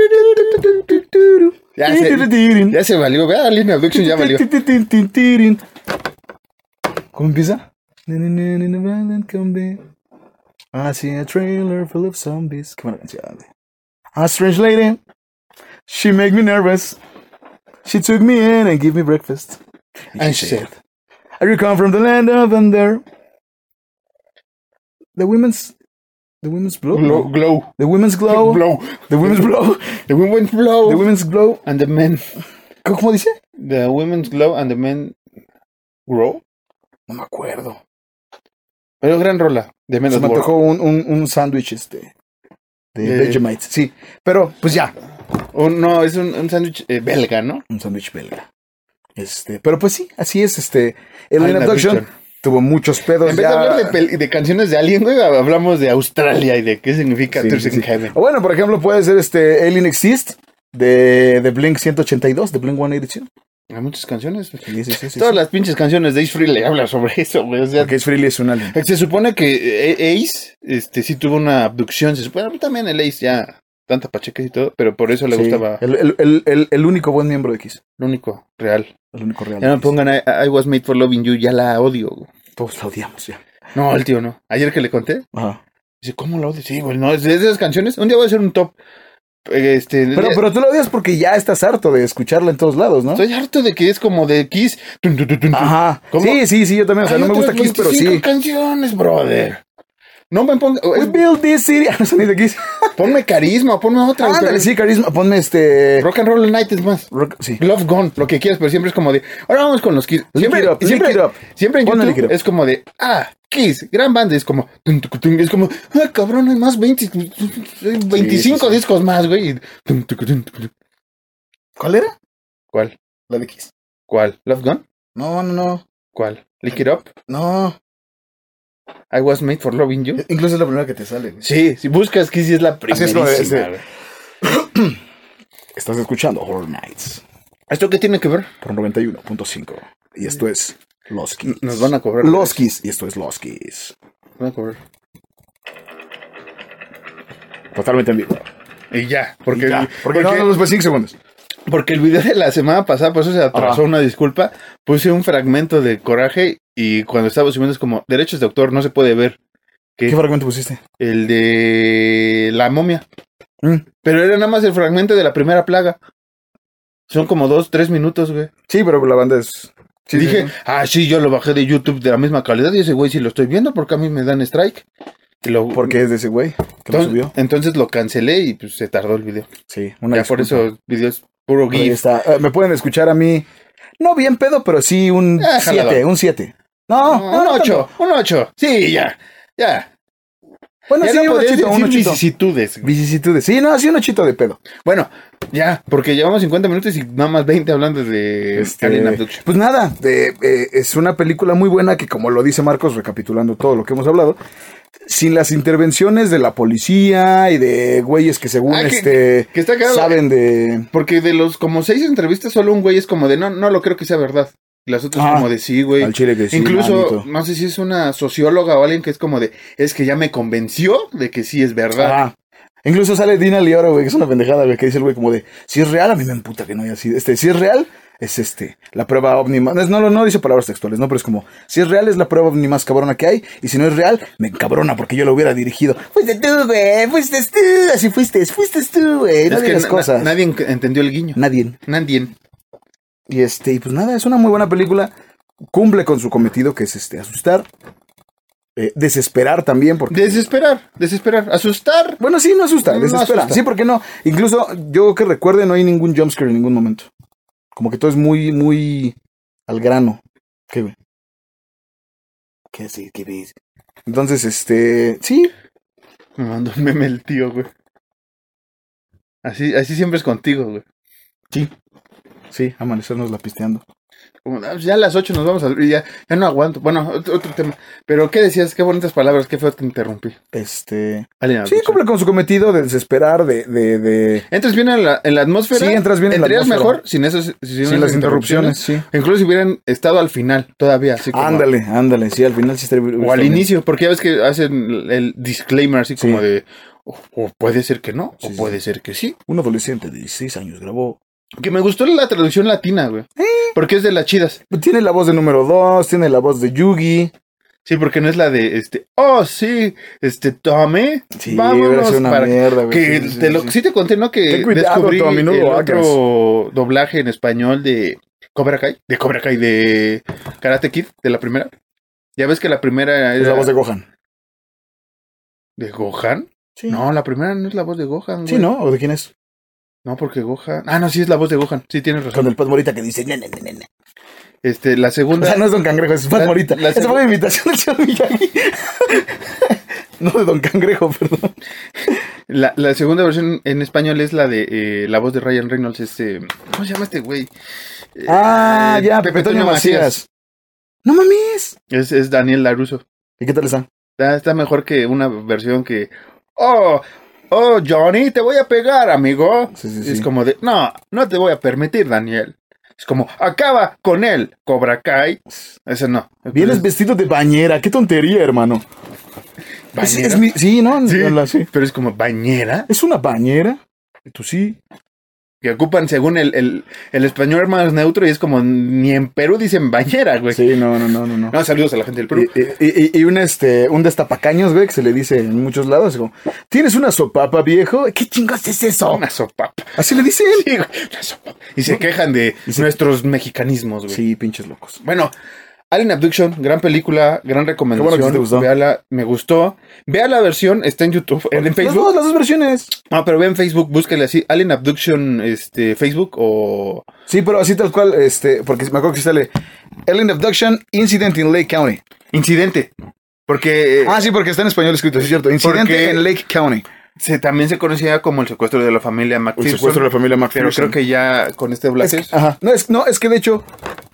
ya, se, ya se valió. Vea, Línea Abduction ya valió. ¿Cómo empieza? In a violent combat, I see a trailer full of zombies. Qué buena canción. A strange lady, she make me nervous. She took me in and gave me breakfast. And she said, Are you come from the land of under? The women's, the women's blow, glow, glow, the women's glow, glow, the women's blow, the women's glow, the women's glow. and the men, ¿Cómo dice? the women's glow and the men grow. No me acuerdo. Pero gran rola, de menos Se me Work. antojó un, un, un sándwich este de Eh. Vegemite, sí. Pero, pues ya, Un- no, es un, un sándwich eh, belga, ¿no? un sándwich belga. Este, pero pues sí, así es, este, Alien Alien Abduction Abduction. tuvo muchos pedos. En vez ya- de hablar de, pel- de canciones de Alien, güey, hablamos de Australia y de qué significa Sí, Tears sí, in sí. Heaven. O bueno, por ejemplo, puede ser este Alien Exist de, de Blink ciento ochenta y dos, de Blink ciento ochenta y dos. Hay muchas canciones. güey. Sí, sí, sí, sí, Todas sí. las pinches canciones de Ace Frehley hablan sobre eso, güey. O sea, Porque Ace Frehley es un alien. se supone que eh, Ace, este, sí tuvo una abducción. Se supone, también el Ace ya, tanta pacheca y todo, pero por eso le Sí, gustaba el, el, el, el, el único buen miembro de Kiss. lo único real. El único real. Ya de no me Kiss. pongan I, I was made for loving you, ya la odio. güey. Todos la odiamos ya. No, el tío no. Ayer que le conté, Ajá. dice, ¿cómo la odio? Sí, güey, no, es de esas canciones. Un día voy a hacer un top. Este, Pero, de- pero tú la odias porque ya estás harto de escucharla en todos lados, ¿no? Estoy harto de que es como de Kiss. Tun, tun, tun, tun, tun. Ajá. ¿Cómo? Sí, sí, sí, yo también. O sea, Hay no me gusta otras Kiss, pero veinticinco sí. canciones, brother. No me ponga. We es- build this city. Ah, no salí de Kiss. ponme carisma, ponme otra. Ándale, pero- sí, carisma. Ponme este. Rock and Roll Night es más. Rock- sí. Love Gone, lo que quieras, pero siempre es como de. Ahora vamos con los Kiss. Siempre, Lick it up, siempre, lick it up. siempre en Ponle YouTube lick it up. es como de. Ah, Kiss, gran banda. Es como. tun, tun, tun, es como. Ah, cabrón, hay más veinte. veinticinco sí, sí. discos más, güey. y tun, tun, tun, tun. ¿Cuál era? ¿Cuál? La de Kiss. ¿Cuál? ¿Love Gone? No, no, no. ¿Cuál? Lick It Up. No. I was made for loving you. Incluso es la primera que te sale. güey. Sí, si buscas Kiss sí es la Así es como de- primerísima. sí. güey. Estás escuchando Horror Nights ¿Esto qué tiene que ver? por noventa y uno punto cinco. Y esto es Los Kiss. Nos van a cobrar. Los Kiss. Y esto es Los Kiss. Nos van a cobrar. Totalmente en vivo. Y ya, porque, Ya, porque, porque, no, no, después cinco segundos. porque el video de la semana pasada, por eso se atrasó, Ajá. una disculpa. Puse un fragmento de Coraje y cuando estaba subiendo es como, derechos de autor, no se puede ver. Que ¿Qué fragmento pusiste? el de la momia. Mm. Pero era nada más el fragmento de la primera plaga. Son como dos, tres minutos, güey. Sí, pero la banda es. Sí, y dije, sí, sí. ah, sí, yo lo bajé de YouTube de la misma calidad y ese güey sí lo estoy viendo porque a mí me dan strike. Y lo, Porque es de ese güey que lo entonces, subió. entonces lo cancelé y pues se tardó el video. Sí, una Ya por disculpa. eso video es puro Pero ahí GIF. está. Eh, me pueden escuchar a mí. No bien pedo, pero sí un Ah, siete, jalador. un siete. No, No, no, un no ocho, un ocho. Sí, ya, ya. Bueno, ya sí, no un podías ochito, un decir ochito. vicisitudes. güey. Vicisitudes. Sí, no, sí, un ochito de pedo. Bueno, ya, porque llevamos cincuenta minutos y nada más veinte hablando de Este, Alien Abduction. Pues nada, de, eh, es una película muy buena que, como lo dice Marcos, recapitulando todo lo que hemos hablado, sin las intervenciones de la policía y de güeyes que según Ah, que- este que está cagado. saben de... Porque de los como seis entrevistas, solo un güey es como de no, no lo creo que sea verdad. Y las otras Ajá. como de sí, güey. Al chile que sí, Incluso, manito. no sé si es una socióloga o alguien que es como de, es que ya me convenció de que sí es verdad. Ajá. Incluso sale Dina Lioro, güey, que es una pendejada, güey, que dice el güey como de, si es real, a mí me emputa que no haya sido, este, si es real, es este, la prueba ovni más, no, no, no dice palabras textuales, no, pero es como, si es real es la prueba ovni más cabrona que hay, y si no es real, me encabrona porque yo lo hubiera dirigido. Fuiste tú, güey, fuiste tú, así fuiste, fuiste tú, güey, no es que digas na- cosas. na- nadie en- entendió el guiño. Nadie. Nadie. Y este, y pues nada, es una muy buena película, cumple con su cometido, que es este, asustar, eh, desesperar también, porque... Desesperar, desesperar, asustar. Bueno, sí, no asusta, No desespera. asusta. Sí, porque no. Incluso yo que recuerde, no hay ningún jumpscare en ningún momento. Como que todo es muy, muy al grano. ¿Qué, güey? ¿Qué sí? ¿Qué ves? Entonces, este. Sí. Me mandó un meme el tío, güey. Así, así siempre es contigo, güey. Sí, amanecernos la pisteando. Como, ah, pues ya a las ocho nos vamos a dormir, ya, ya no aguanto. Bueno, otro, otro tema. Pero, ¿qué decías? Qué bonitas palabras, qué feo te interrumpí. Este. Alien Sí, Abduction. cumple con su cometido de desesperar, de. de, de Entras bien en la, en la atmósfera. Sí, entras bien en la Entrarías atmósfera. mejor sin esos, sin sin esas las interrupciones, sí. Incluso si hubieran estado al final, todavía. Así como, Ándale, ándale. Sí, al final sí estaría. O al inicio, porque ya ves que hacen el, el disclaimer así Sí. como de. O, o puede ser que no, Sí, o sí. puede ser que sí. Un adolescente de dieciséis años grabó. Que me gustó la traducción latina, güey. Porque es de las chidas. Tiene la voz de número dos, tiene la voz de Yugi. Sí, porque no es la de este, oh, sí, este, Tommy, Sí, hubiera vámonos sido una para mierda, güey. que Sí, sí, te lo, sí. sí te conté, ¿no? Que Ten cuidado, descubrí Tommy, no el lo otro doblaje en español de Cobra Kai, de Cobra Kai, de Karate Kid, de la primera. Ya ves que la primera Es era la voz de Gohan. ¿de Gohan. Sí. No, la primera no es la voz de Gohan, Sí, güey. ¿no? ¿O de quién es? No, porque Gohan. Ah, no, sí es la voz de Gohan. Sí, tienes Con razón. el Pat Morita que dice, nene, nene, nene. Este, la O segunda. sea, no es Don Cangrejo, es Pat La- Morita. la Esa seg- fue mi invitación al señor Miyagi. No de Don Cangrejo, perdón. La, la segunda versión en español es la de eh, la voz de Ryan Reynolds, este, ¿cómo se llama este güey? Eh, Ah, eh, ya, Pepe Toño Macías. No mames. Es, es Daniel LaRusso. ¿Y qué tal está? Está, está mejor que una versión que, oh, oh, Johnny, te voy a pegar, amigo. Sí, sí, Es sí. como de, no, no te voy a permitir, Daniel. Es como, acaba con él, Cobra Kai. Ese no. Vienes vestido de bañera, qué tontería, hermano. Es, ¿Bañera? es mi- sí, ¿no? Sí. La- sí. Pero es como, bañera. ¿Es una bañera? Tú sí. Que ocupan según el, el, el español más neutro y es como, ni en Perú dicen bañera, güey. Sí, no, no, no, no. no. No, saludos a la gente del Perú. Y, y- y- y un este un destapacaños, güey, que se le dice en muchos lados, es como, ¿tienes una sopapa, viejo? ¿Qué chingas es eso? Una sopapa. Así le dice él. Sí, güey, una sopapa. Y se quejan de Y se- nuestros mexicanismos, güey. Sí, pinches locos. Bueno, Alien Abduction, gran película, gran recomendación. Qué bueno que sí te gustó. Véala, me gustó. Vea la versión, está en YouTube, en, en Las Facebook. dos, las dos versiones. No, pero ve en Facebook, búsquele así, Alien Abduction, este, Facebook o... Sí, pero así tal cual, este, porque me acuerdo que sale Alien Abduction Incident in Lake County. Incidente. Porque Ah, sí, porque está en español escrito, sí es cierto. Incidente Porque- en Lake County. se, también se conocía como el secuestro de la familia El McPherson. secuestro de la familia Pero McPherson. creo que ya con este Es doblaje... que- ajá. No, es, no, es que de hecho.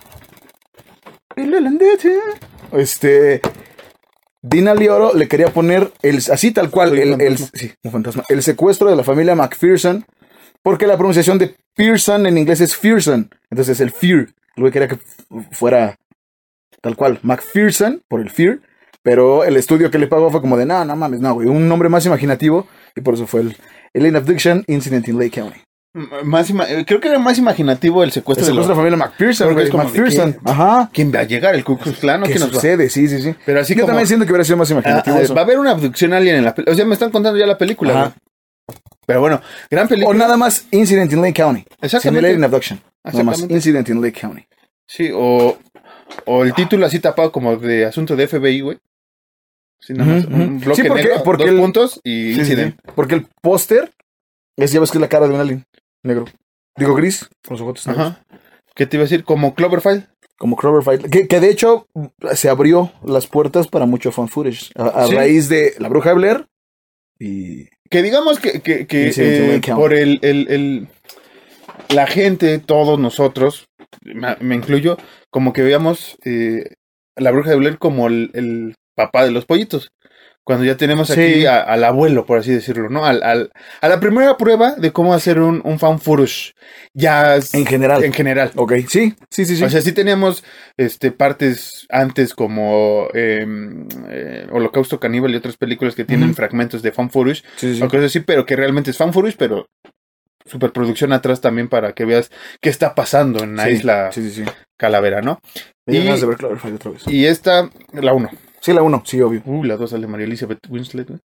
Este. Dina Lioro le quería poner el, así tal cual, Soy un el, el- fantasma. sí, un fantasma, el secuestro de la familia McPherson, porque la pronunciación de Pearson en inglés es Fearson, entonces el Fear, el güey quería que fu- fuera tal cual, McPherson, por el Fear, pero el estudio que le pagó fue como de, no, no mames, no, güey, un nombre más imaginativo, y por eso fue el Alien Abduction Incident in Lake County. M- Más ima- eh, creo que era más imaginativo el El secuestro, secuestro de la familia McPherson, Porque güey, es como de, McPherson, ¿qué? ajá. ¿Quién va a llegar? ¿El Ku Klux Klan o ¿Qué quién nos va? sucede? Sí, sí, sí. Pero así Yo como... también siento que hubiera sido más imaginativo Ah, ah, eso. va a haber una abducción alien en la película. O sea, me están contando ya la película, Ajá. güey. Pero bueno, gran película. O nada más Incident in Lake County. Exactamente. Sin el Alien Abduction. Nada más Exactamente. Incident in Lake County. Sí, o, o el título así tapado como de asunto de F B I, güey. Sí, nada más, Ujú, un ujú. bloque Sí, porque- negro, porque dos el- puntos y Sí, sí, incident. sí. Porque el póster es, ya ves que es la cara de un alien negro. Digo gris, con los ojos negros. Ajá. ¿Qué te iba a decir? Como Cloverfield. Como Cloverfield. Que, que de hecho se abrió las puertas para mucho fan footage. A, a Sí. raíz de La Bruja de Blair y... Que digamos que, que, que, Incident in eh, Lake County. por el, el, el- la gente, todos nosotros, me, me incluyo, como que veíamos eh, a la Bruja de Blair como el, el papá de los pollitos. Cuando ya tenemos Sí. aquí a- al abuelo, por así decirlo, ¿no? Al, al- a la primera prueba de cómo hacer un, un fan footage. Ya es- En general. en general. Ok, sí, sí, sí, sí. O sea, sí teníamos este, partes antes como eh, eh, Holocausto Caníbal y otras películas que tienen Ujú. fragmentos de fan footage sí, sí. o cosas así, pero que realmente es fan footage, pero superproducción atrás también para que veas qué está pasando en la Sí, isla Sí, sí, sí. Calavera, ¿no? Me dio Y- ganas de ver Cloverfield otra vez. Y esta, la uno. Sí, la uno, sí, obvio. Uh, la dos sale María Elizabeth Winslet, güey.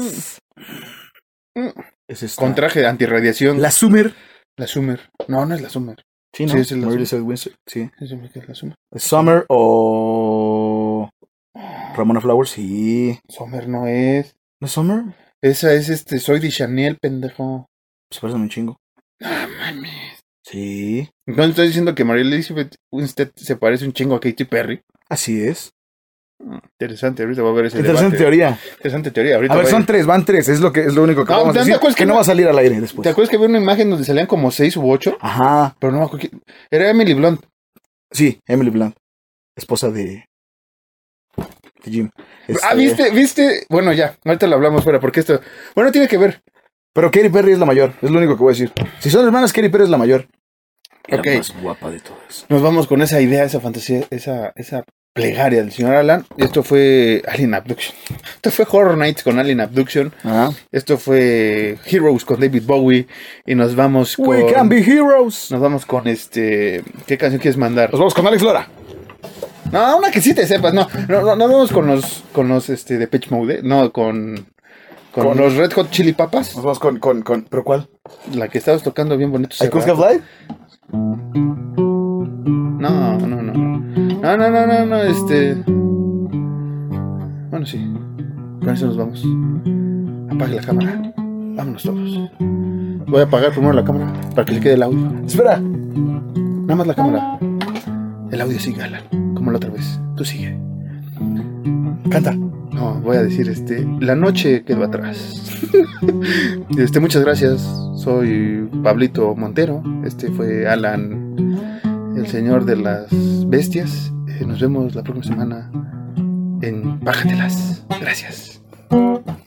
Es esta. Con traje de antirradiación. La, La Summer. Summer. No, no es la Summer. Sí, ¿no? Sí, es la Mary Summer. Elizabeth Winstead, sí. Es la Summer. Summer o Ramona Flowers, sí. Summer no es. ¿No es Summer? Esa es este, soy de Chanel, pendejo. Se parecen un chingo. No mames. Sí. Entonces estoy diciendo que María Elizabeth Winstead se parece un chingo a Katy Perry. Así es. Interesante, ahorita va a ver ese Interesante debate. teoría. Interesante teoría. Ahorita A ver, va son ir. tres, van tres. Es lo que es lo único que No, vamos a ¿te decir. acuerdas Que que no no- va a salir al aire después. ¿Te acuerdas que había una imagen donde salían como seis u ocho? Ajá. Pero no me acuerdo quién- Era Emily Blunt. Sí, Emily Blunt. Esposa de. de Jim. Este, Ah, ¿viste? ¿Viste? Bueno, ya. Ahorita lo hablamos fuera porque esto... Bueno, tiene que ver. Pero Katy Perry es la mayor. Es lo único que voy a decir. Si son hermanas, Katy Perry es la mayor. Era Ok. más guapa de todas. Nos vamos con esa idea, esa fantasía, esa, esa plegaria del señor Alan. Y esto fue Alien Abduction. Esto fue Horror Nights con Alien Abduction. Ah. Esto fue Heroes con David Bowie. Y nos vamos con... We can be heroes. Nos vamos con este... ¿Qué canción quieres mandar? Nos vamos con Alex Lora. No, una que sí te sepas, no. No, no, no vamos con los, con los, este, de Pitch Mode, ¿eh? No, con, con, Con- los Red Hot Chili Papas. Nos vamos con, con, con, ¿pero cuál? La que estabas tocando bien bonito. ¿I ese Could rato. Have Lied? No, no, no. No, no, no, no, no, este... Bueno, sí. Con eso nos vamos. Apague la cámara. Vámonos todos. Voy a apagar primero la cámara para que le quede el audio. Espera. Nada más la cámara. El audio sigue, Alan. Como la otra vez. Tú sigue. Canta. No, voy a decir, este... La noche quedó atrás. Este, muchas gracias. Soy Pablito Montero. Este fue Alan, el señor de las bestias. Eh, nos vemos la próxima semana en Bájatelas. Gracias.